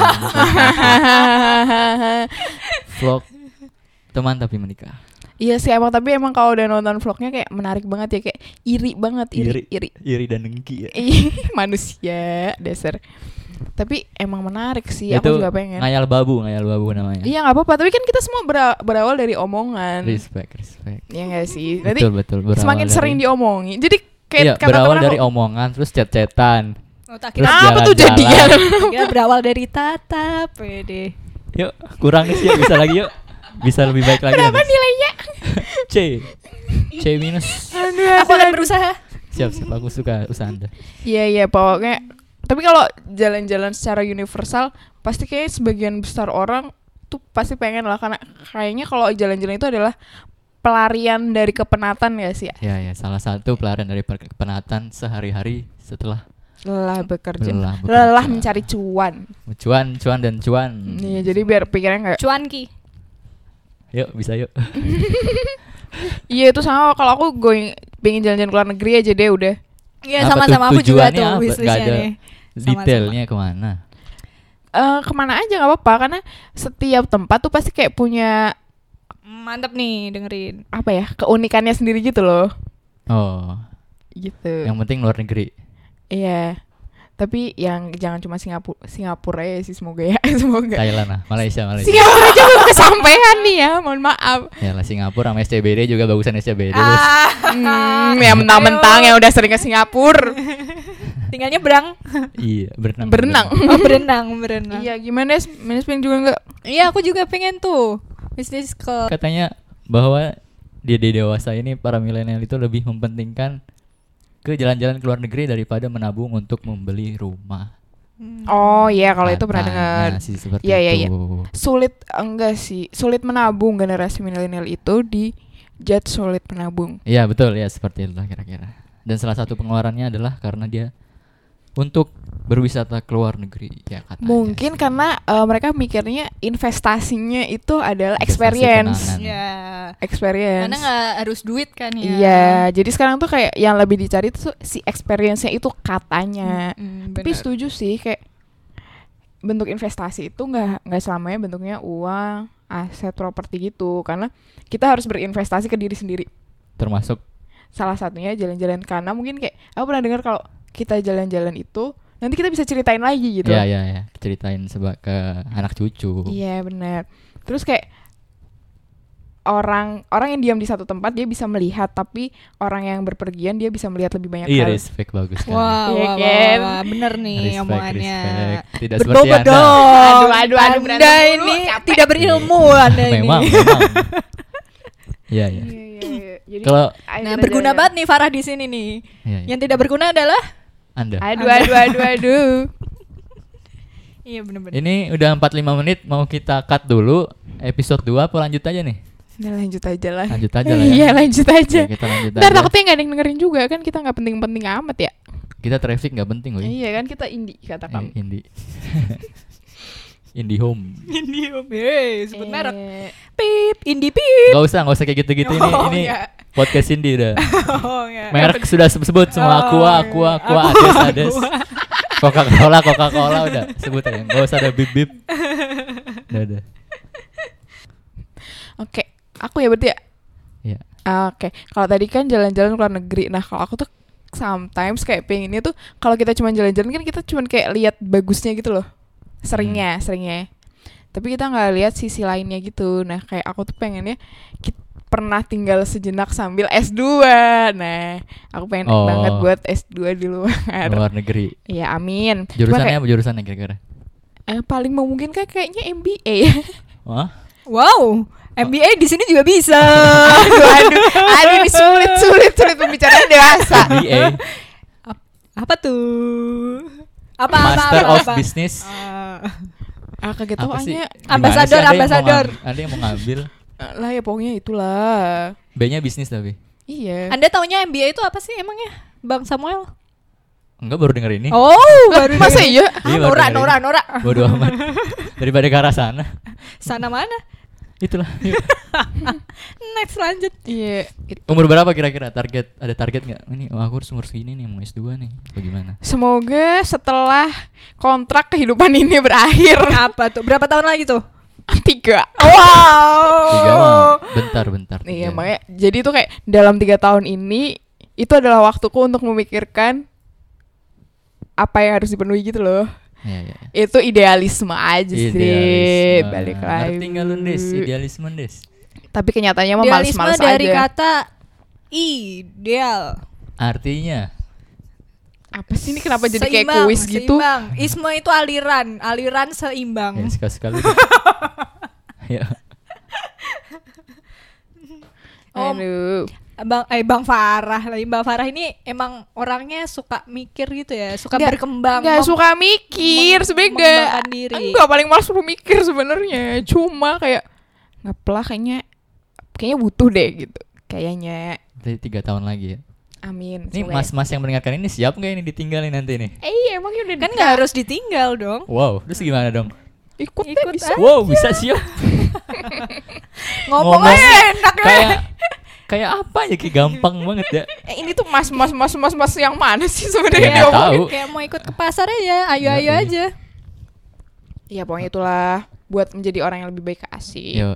Vlog teman tapi menikah. Iya sih emang, tapi emang kalau udah nonton vlognya kayak menarik banget ya, kayak iri banget, iri. Dan dengki ya. Manusia dasar. Tapi emang menarik sih, Itu aku juga pengen. ngayal babu namanya. Iya nggak apa-apa, tapi kan kita semua berawal dari omongan. Respect. Iya nggak sih? Nanti Betul. berawal semakin dari- sering diomongin. Jadi kayak Iya, kata berawal temen dari aku, omongan, terus chat-chatan. Oh, tak Terus kira, apa tuh jalan-jalan. jadian? kira berawal dari tatap, pede. Yuk, kurang nih sih, bisa lagi yuk. Bisa lebih baik lagi. Berapa nanti. nilainya? C minus. Aku akan berusaha. Siap, aku suka usaha Anda. Iya pokoknya. Tapi kalau jalan-jalan secara universal, pasti kayak sebagian besar orang tuh pasti pengen lah, karena kayaknya kalau jalan-jalan itu adalah pelarian dari kepenatan ya sih. Ya, salah satu pelarian dari kepenatan sehari-hari setelah Lelah bekerja. Lelah bekerja. Lelah mencari cuan. cuan. Iya, jadi biar pikirannya nggak. Cuanki. Yuk, bisa yuk. Iya itu sama, kalau aku pengen jalan-jalan ke luar negeri aja deh udah. Iya, Apa sama-sama tuh aku juga tujuannya tuh apa? wishlistnya Nggak ada nih. Detailnya kemana? Kemana aja nggak apa-apa, karena setiap tempat tuh pasti kayak punya Mantap nih dengerin. apa ya, keunikannya sendiri gitu loh. Oh, Gitu. yang penting luar negeri. Iya. Tapi yang jangan cuma Singapura ya sih, semoga ya. Semoga. Thailand lah, Malaysia. Singapura aja belum kesampaian nih ya, mohon maaf. Ya lah, Singapura sama SCBD juga bagusan SCBD. Ya mentang-mentang yang udah sering ke Singapura. Tinggalnya berang. Iya, Berenang. Oh, berenang. Iya, gimana sih? Manajemen juga enggak? Iya, aku juga pengen tuh bisnis ke. Katanya bahwa dia dewasa ini, para milenial itu lebih mementingkan ke jalan-jalan ke luar negeri daripada menabung untuk membeli rumah. Oh iya, kalau itu pernah dengar. Katanya sih seperti Iya, iya, itu. Sulit enggak sih? Sulit menabung, generasi milenial itu di judge sulit menabung. Iya, betul ya, seperti itulah kira-kira. Dan salah satu pengeluarannya adalah karena dia untuk berwisata ke luar negeri ya katanya. Mungkin karena mereka mikirnya investasinya itu adalah Investasi experience. kenangan. Ya. Experience. Karena nggak harus duit kan ya. Iya, jadi sekarang tuh kayak yang lebih dicari tuh si experience-nya itu katanya. Tapi setuju sih, kayak bentuk investasi itu nggak selamanya bentuknya uang, aset, properti gitu. Karena kita harus berinvestasi ke diri sendiri. Termasuk Salah satunya jalan-jalan, karena mungkin kayak aku pernah dengar kalau kita jalan-jalan itu nanti kita bisa ceritain lagi gitu. ya, ceritain ke anak cucu. Iya benar. Terus kayak orang yang diam di satu tempat dia bisa melihat, tapi orang yang berpergian dia bisa melihat lebih banyak Iya, hal. respect, bagus kan. Wah, Iya wah, kan? wah, bener nih Respect. omongannya. Tidak Berbobot seperti Anda. dong. Aduh, Anda berantem mulu, ini capek. tidak berilmu Anda ini. Memang. Iya. Iya. Jadi Kalau ayo Nah, kita berguna jalan-jalan. banget nih Farah di sini nih. iya. Yang tidak berguna adalah Anda. Aduh. iya bener-bener. Ini udah 45 menit, mau kita cut dulu episode 2 apa lanjut aja nih? Nah, lanjut aja lah. Lanjut aja lah ya. Iya, lanjut aja. Oke, kita lanjut Ntar aja. takutnya nggak ada yang dengerin juga kan, kita nggak penting-penting amat ya. Kita traffic nggak penting, woy. Iya kan, kita indie katakan. Indie. Indie home. Indie Home. Sebut merek. Eh, Pip, Indie Pip. Gak usah kayak gitu-gitu. Ini enggak. podcast Indie udah. Oh ya. Merek sudah sebut semua. Aqua, Ades. Coca-Cola udah sebut aja. Gak usah ada bip-bip. Udah. Oke, aku ya berarti ya. Iya. Oke, kalau tadi kan jalan-jalan ke luar negeri. Nah, kalau aku tuh sometimes kayak pengennya tuh kalau kita cuma jalan-jalan kan kita cuma kayak lihat bagusnya gitu loh. Seringnya. Tapi kita nggak lihat sisi lainnya gitu. Nah, kayak aku tuh pengennya pernah tinggal sejenak sambil S2. Nah, aku pengen banget buat S2 di Luar negeri. Iya, amin. Jurusannya apa jurusannya kira-kira? Paling memungkinkan kayaknya MBA ya. Wah. Wow, MBA di sini juga bisa. aduh, ini sulit pembicaraan dewasa. MBA. Apa tuh? Master of Business. Kaget Apa sih? hanya Ambasador. Ada yang mau ngambil. lah ya pokoknya itulah. B-nya bisnis tapi. Iya. Anda taunya MBA itu apa sih emangnya, Bang Samuel? Enggak, baru denger ini. Oh, baru Masa denger. iya? Iya, baru denger ini. Nora. Bodoh amat. Daripada ke arah sana. Sana mana? Itulah. Next lanjut. Iya. Umur berapa kira-kira? Ada target nggak? Ini aku harus umur segini nih, mau S2 nih. Bagaimana? Semoga setelah kontrak kehidupan ini berakhir. Apa tuh? Berapa tahun lagi tuh? 3. Wow. 3 mah bentar. Iya, makanya jadi tuh kayak dalam 3 tahun ini itu adalah waktuku untuk memikirkan apa yang harus dipenuhi gitu loh. Iya. Itu idealisme aja sih. Balik lagi. Ngerti nggak lu, Des? Idealisme, Des. Tapi kenyataannya mah Idealisme males-males dari aja. kata ideal. Artinya Apa sih ini, kenapa jadi kayak Seimbang, kuis gitu? Seimbang. Isme itu aliran seimbang. ya sekali-sekali. Ya. Oh, Aduh. Bang Farah lagi. Bang Farah ini emang orangnya suka mikir gitu ya, suka Nggak- berkembang. Nggak suka mikir sebenarnya nggak. mengembangkan diri. Enggak, paling males suruh mikir sebenarnya. Cuma kayak ngapalah, kayaknya butuh deh gitu. Kayaknya. Berarti 3 tahun lagi ya. Amin. Ini semoga. mas-mas yang mendengarkan ini siap nggak ini ditinggalin nanti nih? Emangnya udah Kan nggak harus ditinggal dong. Wow, terus gimana dong? ikut deh, Ikut bisa. aja. Wow, bisa siap. Ngomong aja enak ya. Kayak apa ya, kayak gampang banget ya. Ini tuh mas yang mana sih Ya, sebenarnya? nggak tahu. Kayak mau ikut ke pasar aja, ayo Iya. aja. Iya, pokoknya itulah buat menjadi orang yang lebih baik asik. Yo,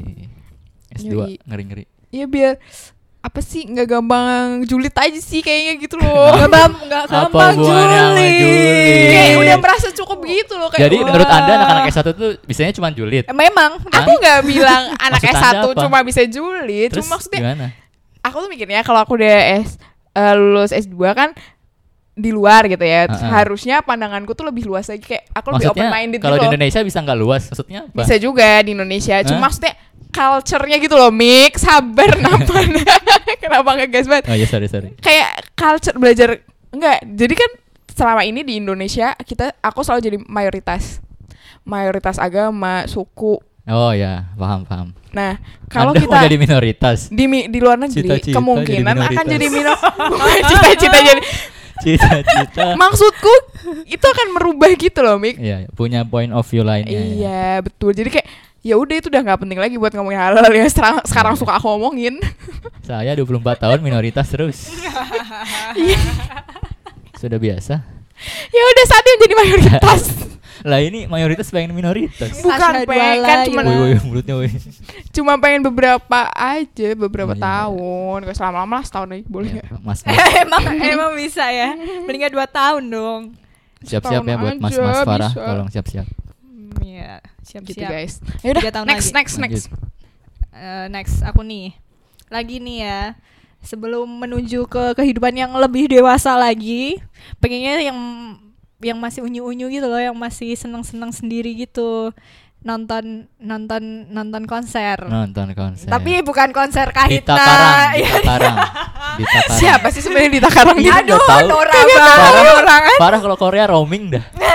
S2 Yoi. ngeri-ngeri. Iya, biar apa sih, nggak gampang julid aja sih kayaknya gitu loh. Nggak Apa gampang hubungannya sama julid? Kayak udah merasa cukup gitu loh kayak. Jadi wah. menurut Anda anak-anak S1 tuh bisanya cuma julid? Memang. Aku nggak bilang anak Maksud S1 Anda apa? cuma bisa julid. Terus Cuma maksudnya gimana? aku tuh mikirnya kalau aku udah lulus S2 kan di luar gitu ya. Terus harusnya pandanganku tuh lebih luas lagi, kayak aku lebih open Maksudnya minded kalau gitu di loh. Indonesia bisa nggak luas? Maksudnya apa? Bisa juga di Indonesia. Hah? Cuma maksudnya culture-nya gitu loh, mix, sabar kenapa? Kenapa ngegas banget? Oh ya, sorry. Kayak culture belajar enggak. Jadi kan selama ini di Indonesia aku selalu jadi mayoritas agama, suku. Oh ya, paham. Nah, kalau Anda kita mau jadi minoritas. di luar negeri Cita-cita kemungkinan jadi akan jadi minoritas. cita-cita jadi Cita-cita. maksudku itu akan merubah gitu loh, Mik. Iya, punya point of view lainnya. Ya. Iya, betul. Jadi kayak ya udah, itu udah nggak penting lagi buat ngomongin hal-hal yang sekarang Iya. suka aku ngomongin. Saya 24 tahun minoritas terus. Iya. Sudah biasa. Ya udah, saatnya jadi mayoritas. Lah ini mayoritas pengen minoritas. Bukan Asyhadu pengen, alla kan ilaha cuman Woi, mulutnya woi. cuma pengen beberapa Iya. tahun. Gak selama-lama lah, setahun aja boleh Ya, nggak? mas. emang bisa ya. Mendingan 2 tahun dong. Siap-siap ya Setahun buat aja, Mas Farah, bisa. tolong siap-siap. Iya, Gitu siap-siap. guys. Ya udah, 3 tahun next lagi. next. Lanjut. Next aku nih. Lagi nih ya. Sebelum menuju ke kehidupan yang lebih dewasa lagi, pengennya yang masih unyu-unyu gitu loh, yang masih seneng-seneng sendiri gitu. Nonton konser. Nonton konser. Tapi bukan konser Dita Kahitna. Karang, Ya, Dita Karang. Dita Karang. Siapa sih sebenarnya Dita Karang gitu? aduh, tahu. Nora Parah, banget. Parah kalau Korea roaming dah. Kayak emang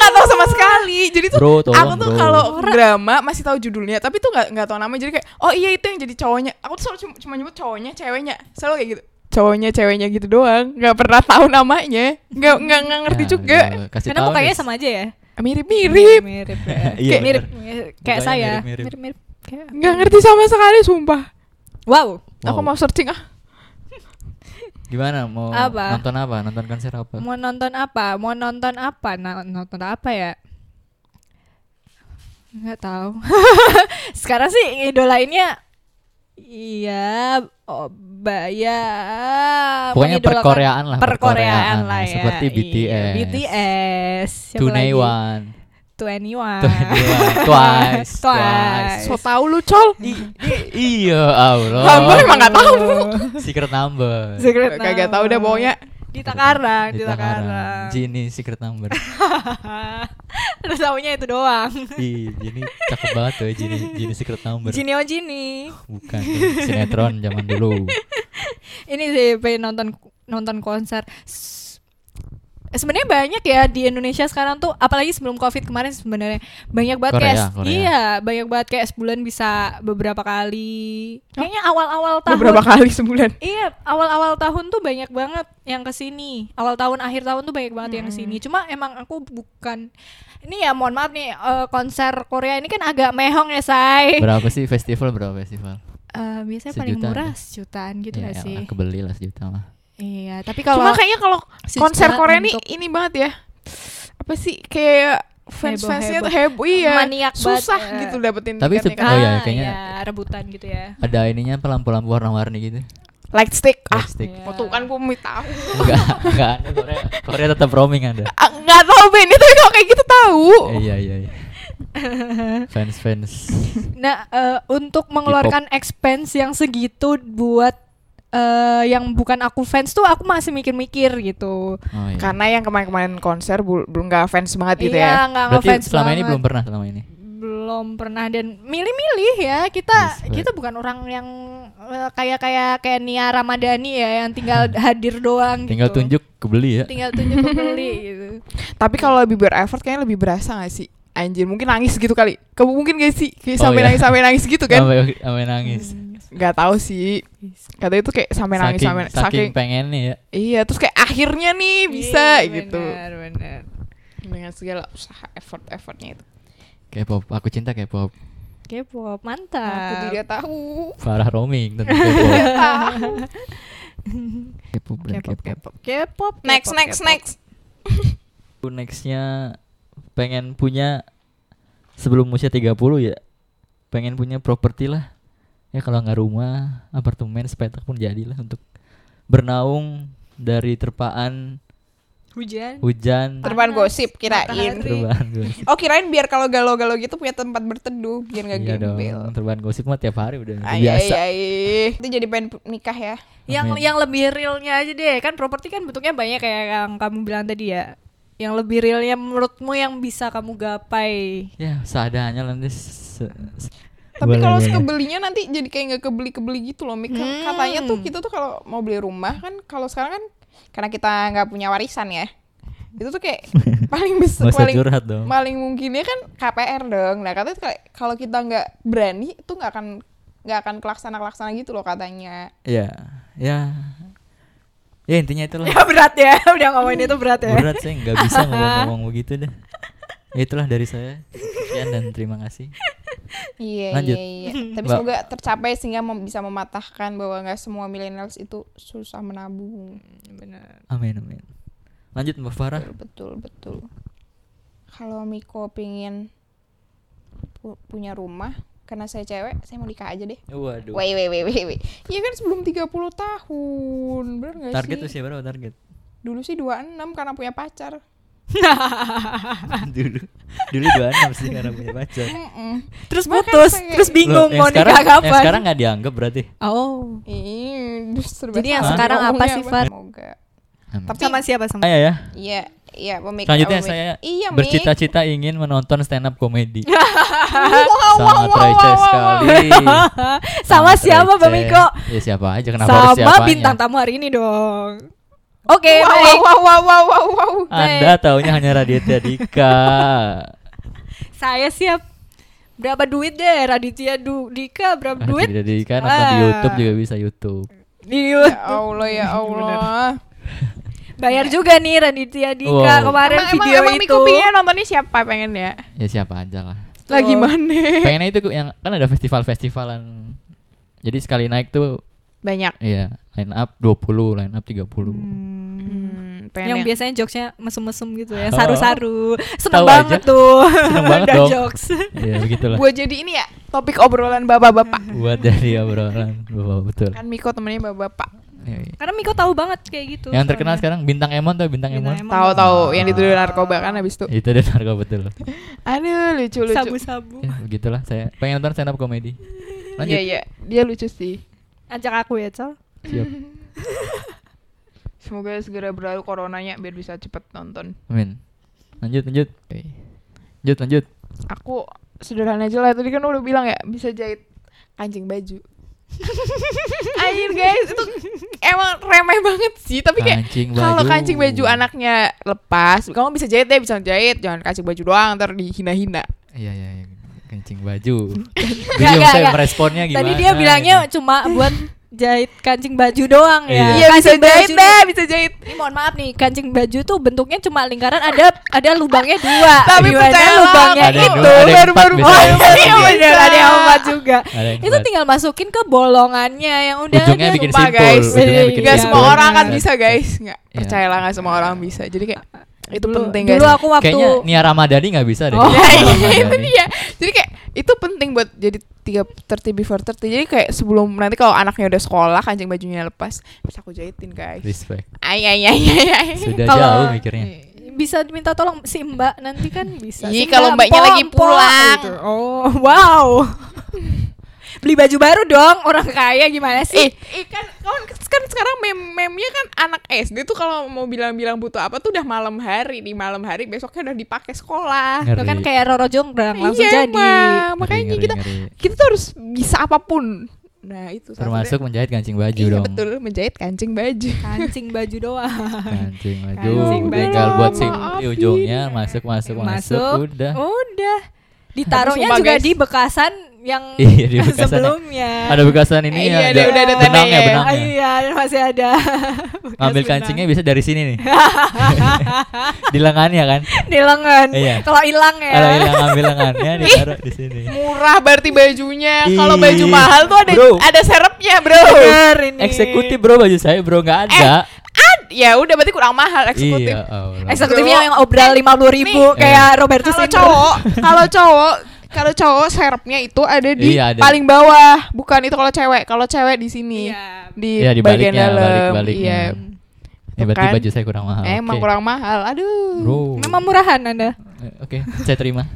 nggak tahu sama sekali. Jadi tuh Bro, tolong, aku tuh bro. kalau drama masih tahu judulnya, tapi tuh nggak tahu namanya. Jadi kayak oh iya itu yang jadi cowoknya. Aku tuh selalu cuma nyebut cowoknya, ceweknya, selalu kayak gitu. Cowoknya, ceweknya gitu doang. Nggak pernah tahu namanya. Nggak ngerti Ya, juga. ya, kasih Karena tahu mukanya deh. sama aja ya. Mirip-mirip. Mirip ya. Iya, Kayak mirip bener. kayak Mukanya saya. mirip-mirip. Mirip-mirip. Kayak- Nggak ngerti sama sekali, sumpah. Wow. Aku mau searching ah. Gimana mau Apa? nonton apa? Nonton konser apa? Mau nonton apa? Nonton apa ya? Nggak tahu. Sekarang sih idolainnya iya, Pokoknya mengidolakan- perkoreaan lah, perkoreaan lah ya. seperti Iya, BTS. BTS. Siapa Two lagi? One, 21. Twice, Twice. So tahu lu, Col. Iya, Allah. Hamba emang nggak tahu. Secret number. Secret Kagak tahu deh pokoknya. Di Takarang, di Takarang. Takarang. Gini secret number. Terus taunya itu doang. Ih, Gini cakep banget tuh Gini secret number. Gini oh Gini. Bukan tuh, sinetron zaman dulu. Ini sih pengen nonton konser. Sebenarnya banyak ya di Indonesia sekarang tuh, apalagi sebelum Covid kemarin sebenarnya banyak banget Korea. iya, banyak banget kayak sebulan bisa beberapa kali. Kayaknya awal-awal tahun. Beberapa kali sebulan. Iya, awal-awal tahun tuh banyak banget yang kesini. Awal tahun, akhir tahun tuh banyak banget yang kesini. Cuma emang aku bukan. Ini ya mohon maaf nih, konser Korea ini kan agak mehong ya, say. Berapa sih festival? Biasanya paling Sejutaan murah ya? sejutaan gitu Ya, nggak sih? elah, kebeli lah sejuta mah. Iya, tapi kalau Cuma kayaknya kalau konser sejuta Korea untuk- ini banget ya. Apa sih kayak fans-fansnya tuh heboh, iya. Maniak banget, Susah ya. gitu dapetin Tapi tiketnya Oh kan. iya, kayaknya- ya, rebutan gitu ya. Ada ininya lampu-lampu warna-warni gitu. Light stick. Lightstick. Iya. Tuh kan gue mau tahu. Enggak ada Korea tetap roaming ada. Nggak tahu Ben itu kalau kayak gitu tahu. Iya. Fans. Nah, untuk mengeluarkan expense yang segitu buat yang bukan aku fans tuh aku masih mikir-mikir gitu. Oh, iya. Karena yang kemarin-kemarin konser belum nggak fans banget gitu Iya, ya. nggak Berarti ngefans selama ini banget. Belum pernah dan milih-milih ya. Yes, Kita bukan orang yang kayak Nia Ramadhani ya yang tinggal hadir doang tinggal gitu. tunjuk kebeli ya. Tinggal tunjuk kebeli gitu. Tapi kalau lebih bereffort kayaknya lebih berasa gak sih? Anjir, mungkin nangis gitu kali. Kamu mungkin gak sih? Kayak Oh, iya. sampai nangis gitu kan? Sampai nangis. Gak tahu sih. Katanya itu kayak sampai nangis Saking pengen nih ya. Iya, terus kayak akhirnya nih bisa Iya, gitu. benar. Dengan segala usaha effortnya itu. K-pop, aku cinta K-pop. K-pop Aku mantap. tidak tahu. Farah roaming tentu K-pop. K-pop dan K-pop. K-pop. Next. Nextnya pengen punya sebelum usia 30 ya. Pengen punya properti lah. Ya kalau nggak rumah, apartemen, sepetak pun jadilah untuk bernaung dari terpaan hujan, Terban gosip kirain. matahari. terpaan gosip. Oh kirain biar kalau galau-galau gitu punya tempat berteduh biar nggak Iya gembel. dong, terpaan gosip mah tiap hari udah Ay, biasa. Itu jadi pengen nikah ya. Amin. Yang lebih realnya aja deh, kan properti kan bentuknya banyak kayak yang kamu bilang tadi ya. Yang lebih realnya menurutmu yang bisa kamu gapai. Ya seadanya lah nanti. Tapi kalau Boleh. kebelinya nanti jadi kayak nggak kebeli gitu loh. Mik. Katanya tuh kita tuh kalau mau beli rumah kan kalau sekarang kan karena kita nggak punya warisan ya. Itu tuh kayak paling besar Nggak usah paling curhat dong. paling mungkinnya kan KPR dong. Nah katanya kayak kalau kita nggak berani itu nggak akan kelaksana gitu loh katanya. Ya intinya itulah. Ya berat ya, udah ngomongin itu berat ya. Berat sih, nggak bisa ngomong begitu deh. Ya, itulah dari saya. Sekian dan terima kasih. Iya. Lanjut. Tapi Mbak. semoga tercapai sehingga bisa mematahkan bahwa nggak semua millennials itu susah menabung. Benar. Amin. Lanjut Mbak Farah. Betul. Kalau Miko pingin punya rumah, karena saya cewek, saya mau nikah aja deh. Waduh. Wait. Iya kan sebelum 30 tahun, bener gak sih? Target usia berapa target? Dulu sih 26 karena punya pacar. dulu 26 sih karena punya pacar. Terus Bahkan putus, pengen- terus bingung Loh, mau nikah yang kapan. sekarang nggak dianggap berarti. Oh. Jadi yang sekarang apa sih, Far? Semoga. Amin. Tapi Sama siapa sama? Saya ya. Iya, pemik. Selanjutnya saya Iya, Mik. bercita-cita ingin menonton stand up komedi. Wow, Sangat receh sekali. Sama Sangat siapa receh. Bang Miko? Ya siapa aja kenapa harus Sama siapanya? bintang tamu hari ini dong. Oke, baik. Wow. Anda taunya hanya Raditya Dika. Saya siap. Berapa duit deh Raditya Dika? Berapa duit? Raditya Dika nonton di YouTube juga bisa YouTube. Di Ya Allah. Bayar juga nih Raditya Dika Wow. kemarin video emang itu. Miko pengen nontonnya siapa pengen ya? Ya siapa aja lah. Lagi mana? Pengennya itu yang kan ada festivalan. Jadi sekali naik tuh Banyak. iya, line up 20, line up 30. Pengen Yang biasanya jokesnya mesum-mesum gitu ya, Oh. saru-saru. Seneng Tahu banget aja. tuh. Seneng banget Ada dong. jokes. Iya, begitulah. buat jadi ini ya topik obrolan bapak-bapak. Buat dari obrolan Bapak, betul. Kan Miko temennya bapak-bapak. Iya, iya. Karena Miko tahu banget kayak gitu. Yang terkenal soalnya. sekarang Bintang Emon tuh, Bintang Emon. Emon. Tahu yang dituduh narkoba kan habis itu. Itu dan narkoba betul. Aduh lucu. Sabu-sabu. Ya, begitulah saya pengen nonton stand up comedy. Lanjut. Iya dia lucu sih. Ajak aku ya, Cal. Siap. Semoga segera berlalu coronanya biar bisa cepet nonton. Amin. Lanjut. Oke. Lanjut. Aku sederhana aja lah, tadi kan udah bilang ya bisa jahit kancing baju. Anjir guys, itu emang remeh banget sih. Tapi kayak Kancing kalau baju. kancing baju anaknya lepas, kamu bisa jahit deh, bisa jahit. Jangan kancing baju doang, ntar dihina-hina. Iya. Kancing baju. Gak, Bingung saya gak. meresponnya gimana. Tadi dia bilangnya gitu. cuma buat jahit kancing baju doang ya. Iya, bisa Kancing jahit baju deh, bisa jahit. Ini mohon maaf nih, kancing baju tuh bentuknya cuma lingkaran, ada lubangnya 2. Tapi Gimana percayalah, lubangnya Ada yang itu? dua, ada yang empat baru bisa. Iya bener, ada yang 4 juga. Ada yang Itu kuat. tinggal masukin ke bolongannya yang udah Ujungnya ada. bikin Sumpah, simpul. guys. Ujungnya bikin Gak Iya, semua bener. orang kan bisa guys. Nggak, Iya. percayalah gak semua orang bisa. Jadi kayak itu Dulu- penting guys. Dulu aku waktu Kayaknya Nia Ramadhani nggak bisa deh. Oh. Ya, itu Ramadhani. dia. Jadi kayak itu penting buat jadi 30 before 30. Jadi kayak sebelum nanti kalau anaknya udah sekolah kancing bajunya lepas bisa aku jahitin guys. Respect. Ay. Sudah Kalau- jauh mikirnya. bisa minta tolong si Mbak nanti kan bisa. Ih, Si kalau Mbak, Mbaknya Mpok, lagi Mpok, pulang. gitu. Oh, wow. Beli baju baru dong, orang kaya gimana sih? kan sekarang meme-nya kan anak SD tuh kalau mau bilang-bilang butuh apa tuh udah malam hari, di malam hari besoknya udah dipakai sekolah. Itu kan kayak Roro Jonggrang langsung Iya, jadi. makanya Ngeri, kita ngeri. kita tuh harus bisa apapun. Nah, itu salah Termasuk menjahit kancing baju iya, dong. betul, menjahit kancing baju. Kancing baju doang. Kancing baju. Kancing baju. Tinggal buat sim Maafin. di ujungnya masuk udah. Udah. Ditaruhnya Sumpah, juga guys. di bekasan yang Iya, di bekasan. sebelumnya. Ada bekasan ini Iya, ya, ada, udah ada benangnya, tandanya. Ah, iya, masih ada. Bekas Ngambil benang. kancingnya bisa dari sini nih. Di lengannya kan. Di lengan. Iya. Kalau hilang ya. Kalau hilang ngambil lengannya ditaruh di sini. Murah berarti bajunya. Ih, Kalau baju mahal tuh bro. ada serepnya, Bro. Bener ini. Eksekutif bro baju saya bro nggak ada. Ya udah berarti kurang mahal eksekutif. Iya, Allah. Eksekutifnya yang obral 50.000 nih, kayak Robertus Kalau Indro. kalau cowok serepnya itu ada di Iya, ada. paling bawah, bukan itu kalau cewek. Kalau cewek di sini. Iya. Di Iya, di bagian baliknya, dalam. balik-baliknya. Iya. Ya, berarti kan? baju saya kurang mahal. Emang Oke. kurang mahal. Aduh. Bro. Memang murahan Anda. Oke, saya terima.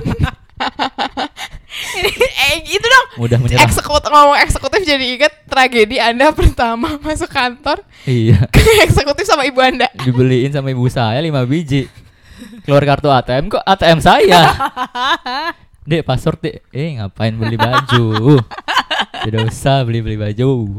Gitu dong. Mudah menyerah. Ngomong eksekutif jadi ingat tragedi Anda pertama masuk kantor Iya. eksekutif sama ibu Anda. Dibeliin sama ibu saya 5 biji. Keluar kartu ATM kok ATM saya. Dek, password dek. Ngapain beli baju? Tidak usah beli baju.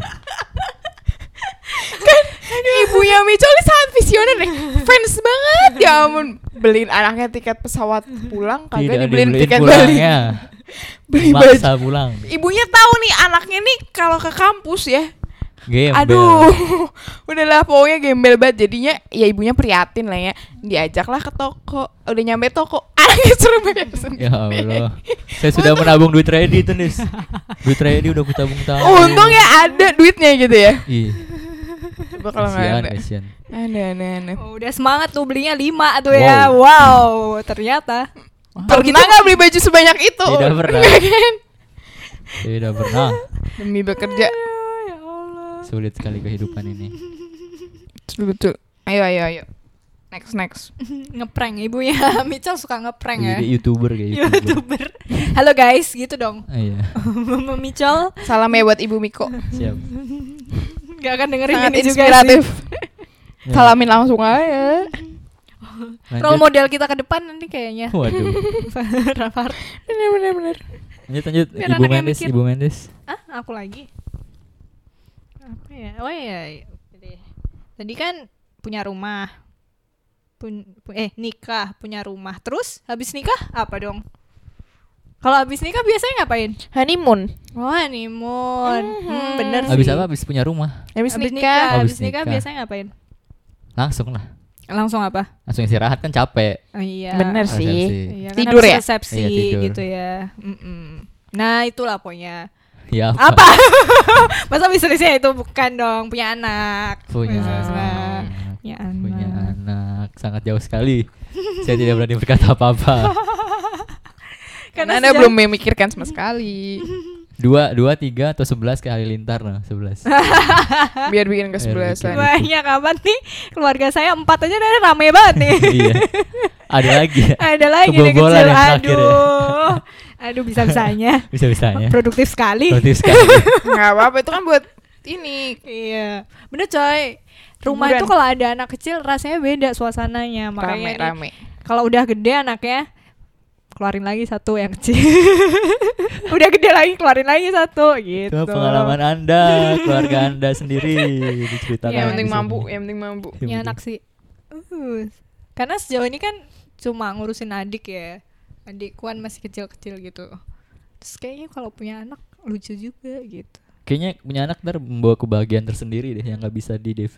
Ibunya Micol ini sangat visioner deh. Fans banget. Ya ampun, beliin anaknya tiket pesawat pulang, kagak Tidak dibeliin tiket balik. pulangnya. Beli baju. Maksa pulang. Ibunya tahu nih anaknya nih kalau ke kampus ya. Gembel. Aduh, udahlah pokoknya gembel banget. Jadinya ya ibunya prihatin lah ya. Diajaklah ke toko. Udah nyampe toko, anaknya suruh bayar sendiri. Ya Allah. Saya sudah menabung duit ready tuh, Nis. Duit ready udah kutabung-tabung. Untung ya ada duitnya gitu ya. Iya. Coba kalau nggak ada. Kasihan. Aneh. Oh, udah semangat tuh belinya 5 tuh ya. Wow, ternyata. Pernah nggak beli baju sebanyak itu? Tidak pernah. Nggak kan? Tidak pernah. Demi bekerja. Ya Allah. Sulit sekali kehidupan ini. Betul. Ayo. Next. Ngeprank ibunya. Mitchell suka ngeprank ya. Jadi YouTuber kayak YouTuber. YouTuber. Halo guys, gitu dong. Iya. Mitchell Salam ya buat Ibu Miko. Siap. gak akan dengerin Sangat ini juga inspiratif. Ya. Salamin langsung aja. sih. Role model kita ke depan nanti kayaknya. Waduh. Rafar. Bener. Lanjut. Biar Ibu anaknya Mendes, mikir. Ibu Mendes. Ah, aku lagi. Apa ya? Oh iya. Oke deh. Tadi kan punya rumah. Nikah, punya rumah. Terus habis nikah apa dong? Kalau habis nikah biasanya ngapain? Honeymoon. Oh, honeymoon. Bener sih. Habis apa? Habis punya rumah. Habis Habis nikah. Habis Habis nikah nikah. biasanya ngapain? Langsung lah. Langsung apa? Langsung istirahat kan capek. Oh, iya. Bener Resepsi. sih. Iya, kan Tidur habis ya? resepsi Iya, tidur. gitu ya. Nah, itulah pokoknya. Ya Apa? Masa bisnisnya itu bukan dong, punya anak. Punya Bisnisnya. anak. Punya anak. Punya anak. Sangat jauh sekali. Saya tidak berani berkata apa-apa. Karena Anda belum memikirkan sama sekali. 2, 3 atau 11 ke Halilintar nah, 11. Biar bikin kesebelasan. bikin. Banyak amat nih. Keluarga saya 4 aja udah rame banget nih. Iya. Ada lagi. Ada lagi nih Kebobolan kecil. yang terakhir ya. Aduh bisa-bisanya. Bisa-bisanya. Produktif sekali. Produktif sekali. Nggak apa-apa, itu kan buat ini. Iya. Bener coy. Rumah Hiburan. itu kalau ada anak kecil rasanya beda suasananya. Makanya nih, Rame-rame. kalau udah gede anaknya keluarin lagi satu yang kecil. Udah gede lagi keluarin lagi satu gitu. Itu pengalaman Anda, keluarga Anda sendiri diceritakan. Yang penting di sini. mampu, yang penting mampu. Punya anak sih. Karena sejauh ini kan cuma ngurusin adik ya. Adikku kan masih kecil-kecil gitu. Terus kayaknya kalau punya anak lucu juga gitu. Kayaknya punya anak ntar membawa kebahagiaan tersendiri deh yang nggak bisa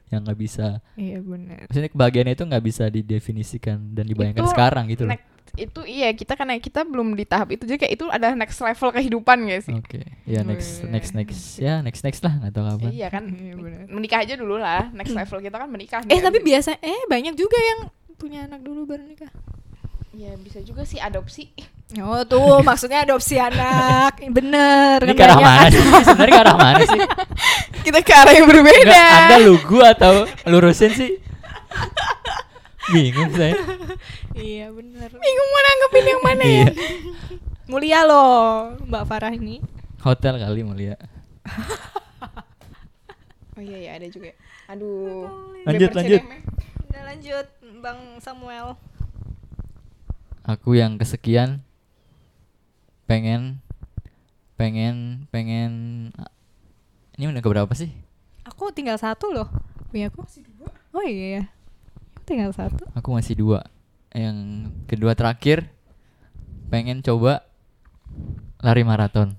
Iya benar. maksudnya kebahagiaan itu nggak bisa didefinisikan dan dibayangkan Itu sekarang gitu loh. Itu iya, kita karena kita belum di tahap itu, jadi kayak itu ada next level kehidupan gak sih? Oke, ya next lah nggak tahu kapan. Iya kan, Iya, bener. menikah aja dulu lah. Next level kita kan menikah. nih. Tapi biasa banyak juga yang punya anak dulu baru nikah. ya bisa juga sih adopsi. Oh tuh maksudnya adopsi anak. Bener. Ini kan ke arah banyak mana kan. sih? Sebenarnya ke arah mana sih? Kita ke arah yang berbeda. Enggak, Anda lugu atau lurusin sih? Bingung saya. Iya bener. Bingung mau nanggepin yang mana ya? Iya. Mulia loh Mbak Farah ini. Hotel kali mulia. Oh iya ya ada juga. Aduh. Lanjut, Udah lanjut. percaya, Mek. Udah lanjut Bang Samuel. Aku yang kesekian pengen ini udah keberapa sih? Aku tinggal satu loh. Punya aku. Oh iya ya. Tinggal satu. Aku masih 2. Yang kedua terakhir pengen coba lari maraton.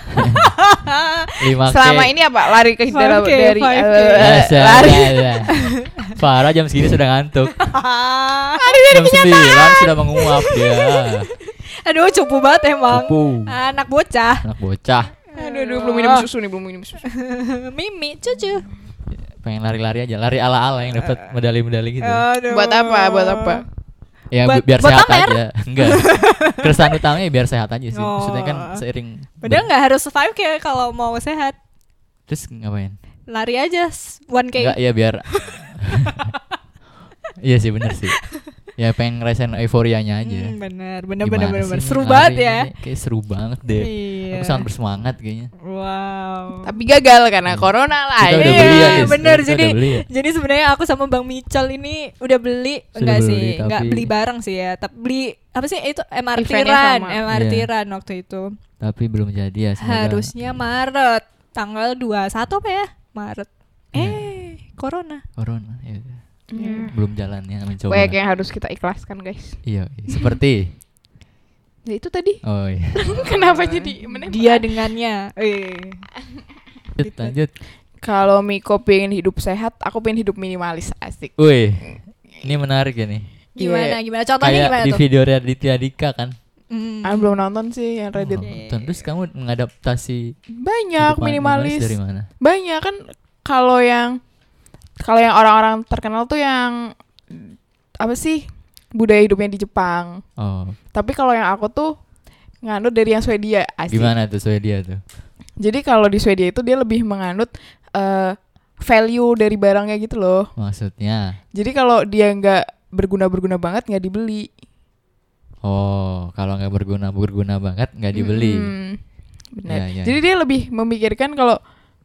5K. Selama ini apa? Lari ke dalam 5K, dari 5K. lari. Farah jam segini sudah ngantuk. Aduh Jam 9 sudah menguap dia. Aduh cupu banget emang. Cupu. Anak bocah. Anak bocah. Aduh, belum minum susu nih, belum minum susu. Mimi cucu. Pengen lari-lari aja, lari ala-ala yang dapat medali-medali gitu. Aduh. Buat apa? Buat apa? Ya biar buat sehat pamer. aja. Enggak. Keresahan utamanya biar sehat aja sih. Oh. Maksudnya kan seiring. Padahal nggak harus 5K kalau mau sehat. Terus ngapain? Lari aja 1K. Enggak ya biar. Iya sih bener sih. Ya pengen ngerasain euforianya aja. Bener. Gimana sih Seru lari banget ya. ini? Kayak seru banget deh. Iya. Aku sangat bersemangat kayaknya. Wow. Tapi gagal karena corona lah. Kita udah Iya. beli ya, Iya, Lis. bener. Kita Jadi udah beli ya? jadi sebenarnya aku sama Bang Michel ini udah beli. Sudah Enggak beli, sih, enggak tapi- beli bareng sih ya. Tapi beli apa sih itu MRT Eventnya Run, sama. MRT Iya. Run waktu itu. Tapi belum jadi ya. Semoga. Harusnya Maret, tanggal 21 apa ya? Maret. Corona. Corona. Ya. udah. Hmm. Belum jalannya mencoba. Banyak yang harus kita ikhlaskan, guys. Iya. Seperti. Ya itu tadi. Oh iya. Kenapa jadi menembak? Dia dengannya. Lanjut. Kalau Miko pengen hidup sehat, aku pengen hidup minimalis, asik. Wih. Ini menarik ya nih. Gimana? Gimana? Contohnya Kayak gimana di tuh? video Raditya Dika kan. Aku belum nonton sih yang Reddit. Terus kamu mengadaptasi Banyak hidup minimalis. dari mana? Banyak kan kalau yang orang-orang terkenal tuh yang apa sih? Budaya hidupnya di Jepang. Oh, Tapi kalau yang aku tuh nganut dari yang Swedia, asik. gimana tuh Swedia tuh? Jadi kalau di Swedia itu dia lebih menganut value dari barangnya gitu loh. Maksudnya? Jadi kalau dia nggak berguna banget nggak dibeli. Oh, kalau nggak berguna banget nggak dibeli. Benar. Ya, ya. Jadi dia lebih memikirkan kalau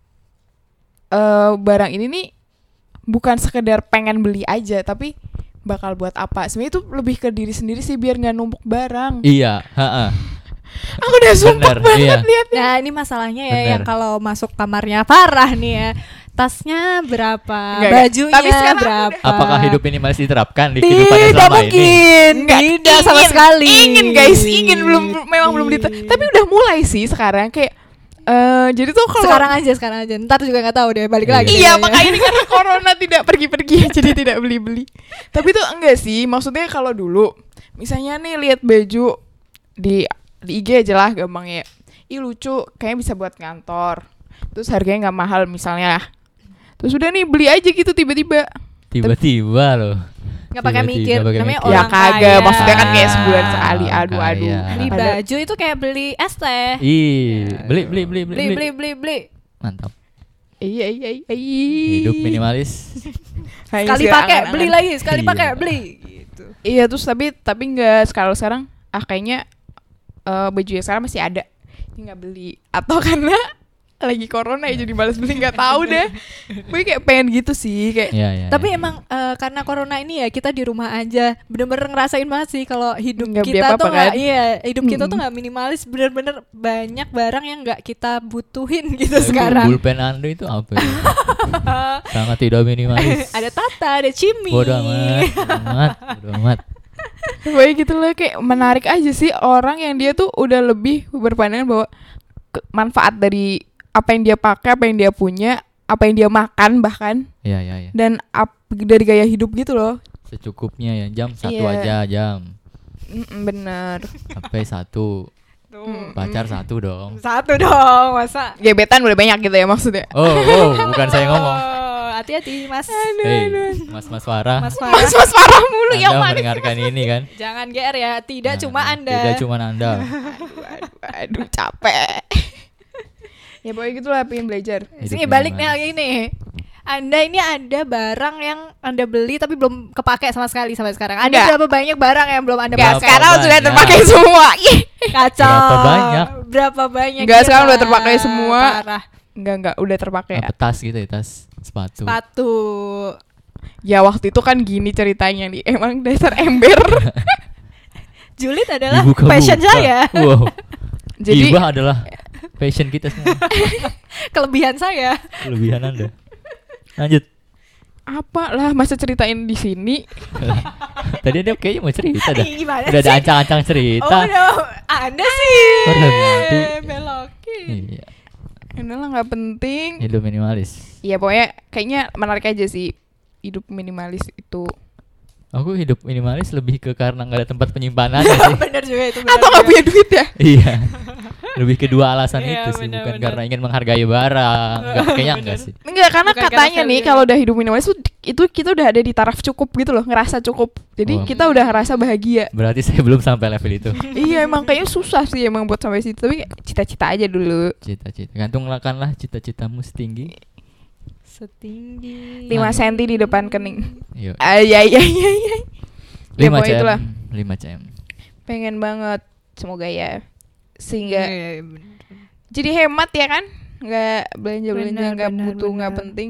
barang ini nih bukan sekedar pengen beli aja, tapi bakal buat apa. Sebenarnya itu lebih ke diri sendiri sih biar nggak numpuk barang. Iya, heeh. Aku udah sumpah Bener, banget iya. liatnya. Nah ini masalahnya ya Bener. yang kalau masuk kamarnya Farah nih ya tasnya berapa, Enggak. bajunya Tapi sekarang berapa. Apakah hidup minimalis diterapkan di kehidupannya Tidak selama ini? mungkin, Enggak, tidak sama ingin, sekali. Ingin guys, ingin memang belum tapi udah mulai sih sekarang kayak jadi tuh kalau Sekarang aja. Ntar juga nggak tahu deh, balik Iya. lagi. iya makanya ini karena corona tidak pergi-pergi jadi tidak beli-beli. Tapi tuh enggak sih, maksudnya kalau dulu misalnya nih lihat baju di IG aja lah gampang ya. Ih lucu, kayaknya bisa buat kantor. Terus harganya nggak mahal misalnya. Terus udah nih beli aja gitu tiba-tiba. Tiba-tiba loh. Nggak pakai Tiba-tiba mikir, pakai namanya mikir. Ya orang kagak, kaya. maksudnya kan kayak sebulan sekali. Orang Aduh. kaya. Beli Padahal- baju itu kayak beli es teh. Ih, beli. Mantap. Iya. Hidup minimalis. Sekali pakai, beli lagi, sekali Iya. pakai, beli gitu. Iya terus tapi nggak kalau sekarang kayaknya baju yang sekarang masih ada, nggak beli atau karena lagi corona ya jadi malas beli nggak tahu deh. Gue kayak pengen gitu sih kayak Iya. Tapi emang karena corona ini ya kita di rumah aja, bener-bener ngerasain banget sih kalau hidup Nggak beli kita apa-apa tuh nggak, kan? iya hidup kita tuh nggak minimalis, bener-bener banyak barang yang nggak kita butuhin gitu sekarang. Bulpen Anda itu apa ya? Sangat tidak minimalis. Ada Tata, ada Cimi. Bodoh amat. Pokoknya gitu loh kayak menarik aja sih orang yang dia tuh udah lebih berpandangan bahwa manfaat dari apa yang dia pakai, apa yang dia punya, apa yang dia makan bahkan Iya. dan dari gaya hidup gitu loh. Secukupnya ya, jam 1 Iya. aja jam. Bener. HP 1, pacar 1 dong. Satu dong, masa. Gebetan udah banyak gitu ya maksudnya. Oh, bukan saya ngomong. Oh, hati-hati Mas. Hei, Mas Farah. Mas Farah. Mas parah mulu yang Anda mana? mendengarkan ini kan? Jangan GR ya, tidak Nah, cuma Anda. Tidak cuma Anda. Aduh capek. Ya pokoknya gitu lah pengen belajar. Sini Hidup balik nih minimalis. lagi nih. Anda ini ada barang yang Anda beli tapi belum kepake sama sekali sampai sekarang. Ada Enggak. berapa banyak barang yang belum Anda Enggak, pakai? sekarang banyak? sudah terpakai semua. Kacau. Berapa banyak? Berapa banyak? Enggak, sekarang gila. udah terpakai semua. Parah. Enggak udah terpakai. Apa tas gitu ya, tas sepatu. Sepatu. Ya waktu itu kan gini ceritanya nih. Emang dasar ember. Julid adalah Dibuka-buka. passion saya. Wow. Jadi Gibah adalah passion kita semua. Kelebihan saya. Kelebihan Anda. Lanjut. apa lah masa ceritain di sini? Tadi dia kayaknya mau cerita dah. Gimana Udah ada sih? ancang-ancang cerita. Oh no, Anda sih Berhenti. belokin. Iya. Ini lah nggak penting. Hidup minimalis. Iya pokoknya kayaknya menarik aja sih hidup minimalis itu. Aku hidup minimalis lebih ke karena nggak ada tempat penyimpanan sih. Bener juga itu. bener Atau nggak juga. punya duit ya? Iya. Lebih kedua alasan Iya, itu sih, benar, bukan benar. karena ingin menghargai barang. Enggak, kayaknya enggak sih. Enggak, karena Bukan katanya karena nih value. kalau udah hidup minimalis itu kita udah ada di taraf cukup gitu loh, ngerasa cukup. Jadi Wah. kita udah ngerasa bahagia. Berarti saya belum sampai level itu. Iya emang kayaknya susah sih emang buat sampai situ, tapi cita-cita aja dulu. Cita-cita. Gantungkanlah cita-citamu setinggi. Setinggi 5 cm di depan kening. Yuk. Ay. Ya 5 pokoknya cm. itulah. 5 cm. Pengen banget semoga ya. Sehingga Iya, bener. jadi hemat ya kan? Nggak belanja-belanja Benar, nggak benar, butuh, nggak benar. penting.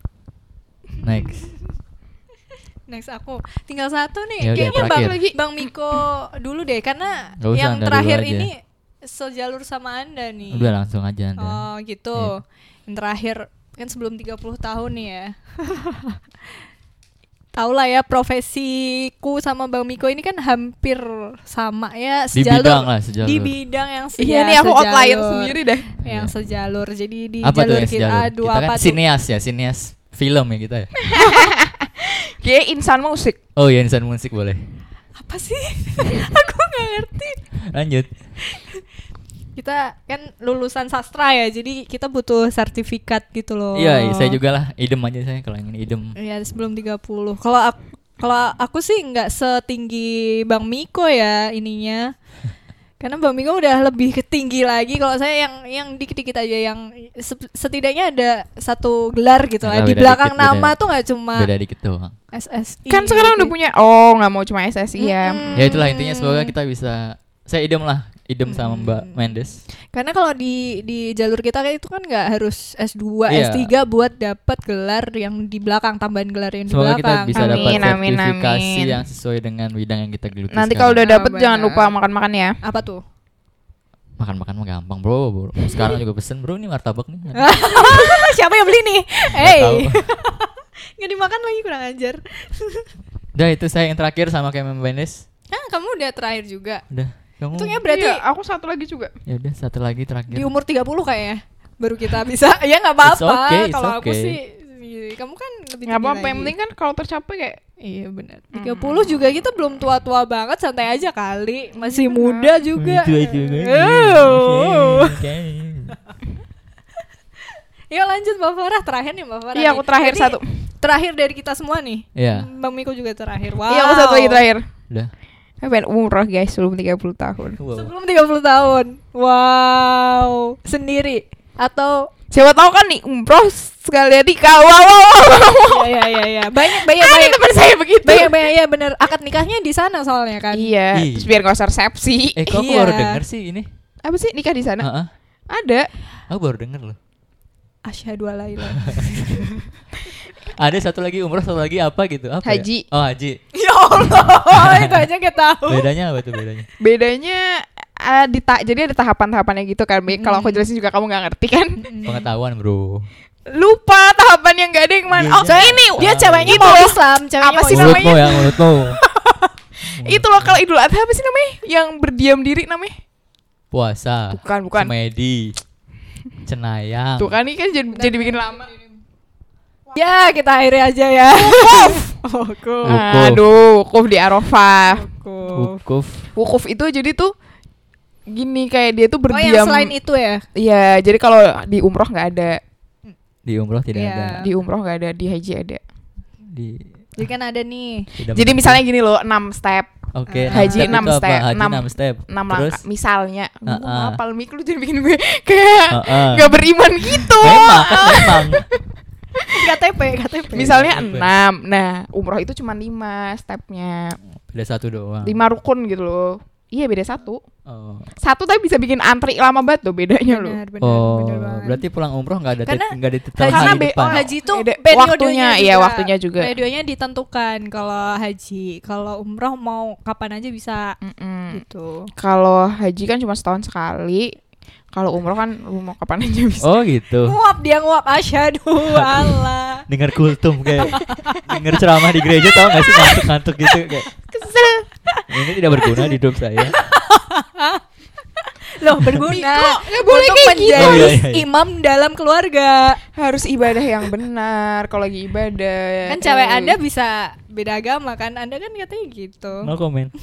Next. Next aku tinggal satu nih. Ya udah, Kayaknya terakhir. Bang Miko dulu deh karena Nggak usah, yang Anda terakhir dulu aja. ini sejalur sama Anda nih. Udah langsung aja Anda. Oh gitu. Yang terakhir kan sebelum 30 tahun nih ya. Tau lah ya profesiku sama Bang Miko ini kan hampir sama ya, Di sejalur. bidang lah, sejalur. Di bidang yang Iya nih aku sejalur. outlier sendiri dah. Yang Iya. sejalur. Jadi di Apa tuh jalur yang kita sejalur? aduh Kita apa kan tuh? sineas ya, sineas film ya kita ya. Kayak insan musik. Oh iya, insan musik boleh. Apa sih? Aku nggak ngerti. Lanjut. Kita kan lulusan sastra ya, jadi kita butuh sertifikat gitu loh. Iya, saya juga lah. Idem aja saya kalau yang ini idem. Ya sebelum 30. Kalau aku sih nggak setinggi Bang Miko ya ininya. Karena Bang Miko udah lebih ketinggi lagi. Kalau saya yang dikit-dikit aja, yang setidaknya ada satu gelar gitu lah. Nah, Di beda belakang dikit, nama beda. tuh nggak cuma Beda dikit doang. SSI. Kan sekarang udah punya. Oh nggak mau cuma SSI ya. Mm-mm. Ya itulah intinya, semoga kita bisa. Saya idem lah, idem sama Mbak Mendes. Karena kalau di jalur kita kan itu kan nggak harus S2, Iya. S3 buat dapat gelar yang di belakang, tambahan gelar yang di Semoga kita belakang. bisa dapat Amin, amin, sertifikasi amin. yang sesuai dengan bidang yang kita geluti Nanti sekarang. kalau udah dapet Oh, jangan benar. lupa makan-makan ya. Apa tuh? Makan-makan mah gampang bro. Sekarang juga pesen bro, ini martabak nih. Siapa yang beli nih? tahu. Nggak dimakan lagi, kurang ajar. Udah itu saya yang terakhir sama kayak Mendes. Kamu udah terakhir juga. Udah. Kamu Untungnya berarti Iya, aku satu lagi juga. ya udah satu lagi terakhir. di umur 30 kayaknya baru kita bisa. Ya nggak apa-apa. It's okay, it's Kalau aku okay. sih, kamu kan lebih Nggak tinggi apa-apa, yang lagi. penting kan kalau tercapai kayak Iya benar. 30 juga kita belum tua-tua banget, santai aja kali. Masih muda juga. Oh. Yuk lanjut Mbak Farah, terakhir nih Mbak Farah. Iya, nih. aku terakhir Berarti satu. Terakhir dari kita semua nih. Iya. Bang Miko juga terakhir. Wow. Iya, aku satu lagi terakhir. Udah. Saya pengen umroh guys sebelum 30 tahun. Wow. Sebelum 30 tahun. Wow. Sendiri atau Siapa tahu kan nih umroh sekalian nikah. Wow. ya. Banyak Ada teman saya begitu. banyak ya bener, akad nikahnya di sana soalnya kan. Iya, Ih. terus biar nggak usah resepsi. Kok aku Iya. baru denger sih ini? Apa sih nikah di sana? Heeh. Ada. Aku baru denger loh. Asyhadu alla ilaha. Ada satu lagi umroh, satu lagi apa gitu? Apa ya? Haji. Oh haji. Ya Allah, itu aja gak tahu. Bedanya apa tuh bedanya? Bedanya jadi ada tahapan-tahapannya gitu kan. Kalau aku jelasin juga kamu nggak ngerti kan. Pengetahuan bro. Lupa tahapan yang gak ada yang mana. Iya, Oh, iya. ini Dia Ah. ceweknya Gitu mau loh. Islam, ceweknya Apa mau sih Islam. namanya? Mulutmu ya mulutmu. itu loh kalau Idul Adha apa sih namanya? Yang berdiam diri namanya? Puasa. Bukan. Semedi. Cenayang. Tuh kan ini kan jadi bikin lama. Ya, kita akhiri aja ya. Wukuf. Aduh, wukuf di Arafah. Wukuf. Wukuf itu jadi tuh gini kayak dia tuh Oh, yang berdiam. selain itu ya? Iya, jadi kalau di umroh nggak ada, Di umroh tidak Iya. ada. di umroh nggak ada, di haji ada. Di Jadi kan ada nih. tidak Jadi mengerti. misalnya gini loh, 6 step, Oke, Haji 6 itu apa? step, Haji 6 6 step. 6 Terus langkah. Misalnya, gue Heeh. hafal Mik, lu jadi bikin gue kayak nggak beriman gitu. memang. KTP. Misalnya KTP. 6. Nah, umroh itu cuma 5 stepnya. Beda satu doang. 5 rukun gitu loh. Iya, beda 1. Oh. 1 tapi bisa bikin antri lama banget loh bedanya loh. Benar, Oh, benar banget. berarti pulang umroh nggak ada Karena nggak ditetapkan karena di depan. haji itu Beda- periodenya waktunya, juga. iya, waktunya juga. Periodenya ditentukan kalau haji. Kalau umroh mau kapan aja bisa gitu. Kalau haji kan cuma setahun sekali. Kalau umroh kan lu mau kapan aja bisa. Oh gitu. Nguap asyhadu Allah. Dengar kultum kayak dengar ceramah di gereja, tau gak sih ngantuk-ngantuk gitu kayak Kesel. ini tidak berguna di hidup saya. Loh, berguna nggak boleh untuk kayak gitu. menjadi Oh, iya, iya. imam dalam keluarga. Harus ibadah yang benar kalau lagi ibadah. Kan cewek Anda bisa beda agama kan? Anda kan katanya gitu. No comment.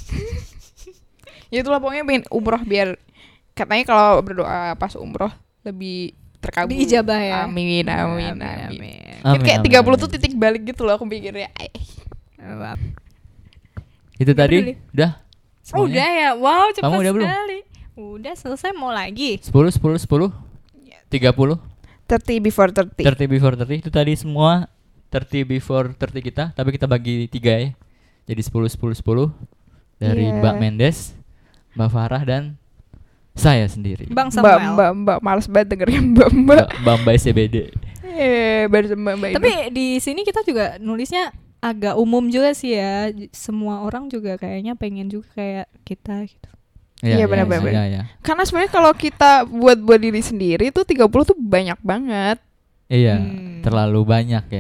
Ya itulah pokoknya pengen umroh biar katanya kalau berdoa pas umroh lebih terkabul. Diijabah ya. Amin. Kan Amin, kayak amin, 30 amin. tuh titik balik gitu loh aku pikirnya. Itu Udah tadi dulu. udah. Oh, semuanya? udah ya. Wow, cepat Kamu udah belum? sekali. Udah selesai, mau lagi. 10 30 30 before 30. 30 before 30 itu tadi semua 30 before 30 kita, tapi kita bagi 3 ya. Jadi 10 10 10 dari Iya. Mbak Mendes, Mbak Farah dan saya sendiri. Bang Samuel. Mbak males banget dengernya Mbak. Mbak SCBD. Baru Mbak Tapi di sini kita juga nulisnya agak umum juga sih ya. Semua orang juga kayaknya pengen juga kayak kita gitu. Iya, benar-benar. Iya, iya. karena sebenarnya kalau kita buat diri sendiri tuh 30 tuh banyak banget. Iya, Hmm. terlalu banyak ya.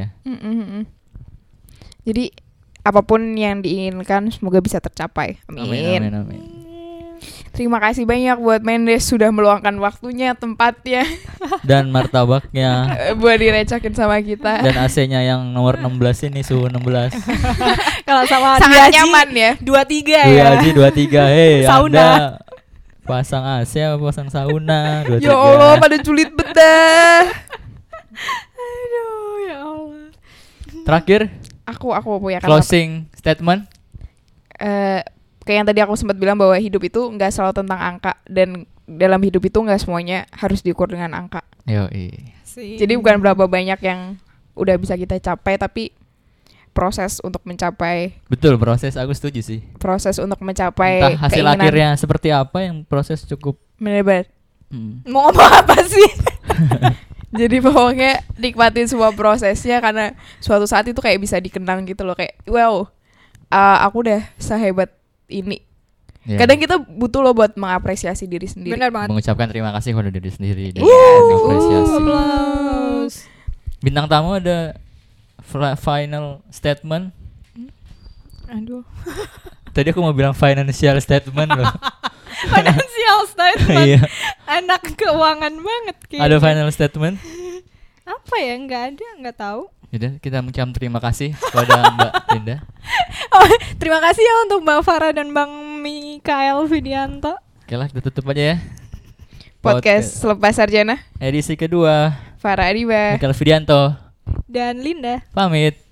Jadi apapun yang diinginkan semoga bisa tercapai. Amin. Amin, amin. Terima kasih banyak buat Mendes sudah meluangkan waktunya, tempatnya Dan martabaknya buat direcokin sama kita. dan AC-nya yang nomor 16 ini suhu 16. Kalau sama Sangat Dwi Haji, nyaman ya. 23 Dwi ya. Haji 23. Hei, Sauna. Anda pasang AC apa pasang sauna? 23. Ya Allah, pada julid bedah. Aduh, ya Allah. Terakhir Aku punya kata. closing statement. Kayak yang tadi aku sempat bilang bahwa hidup itu nggak selalu tentang angka, dan dalam hidup itu nggak semuanya harus diukur dengan angka. Yoi. Jadi bukan berapa banyak yang udah bisa kita capai, tapi proses untuk mencapai, Betul, proses aku setuju sih. proses untuk mencapai Entah hasil keinginan. akhirnya seperti apa, yang proses cukup. Bener-bener. Mau ngomong apa sih? Jadi pokoknya nikmatin semua prosesnya, karena suatu saat itu kayak bisa dikenang gitu loh, kayak wow, aku udah sehebat ini. Ya. Kadang kita butuh loh buat mengapresiasi diri sendiri. Benar banget. Mengucapkan terima kasih kepada diri sendiri dan Yes. apresiasi. Applause. Bintang tamu ada final statement. Aduh. Tadi aku mau bilang financial statement loh. Financial statement. Iya. Anak keuangan banget kayaknya. Ada final statement. Apa ya? Nggak tahu. Jadi kita mengucapkan terima kasih kepada Mbak Linda. Oh, terima kasih ya untuk Bang Farah dan Bang Mikael Widianto. Oke lah, kita tutup aja ya. Podcast Selepas Sarjana. Edisi kedua. Farah Adiba. Mikael Vidianto Dan Linda. pamit.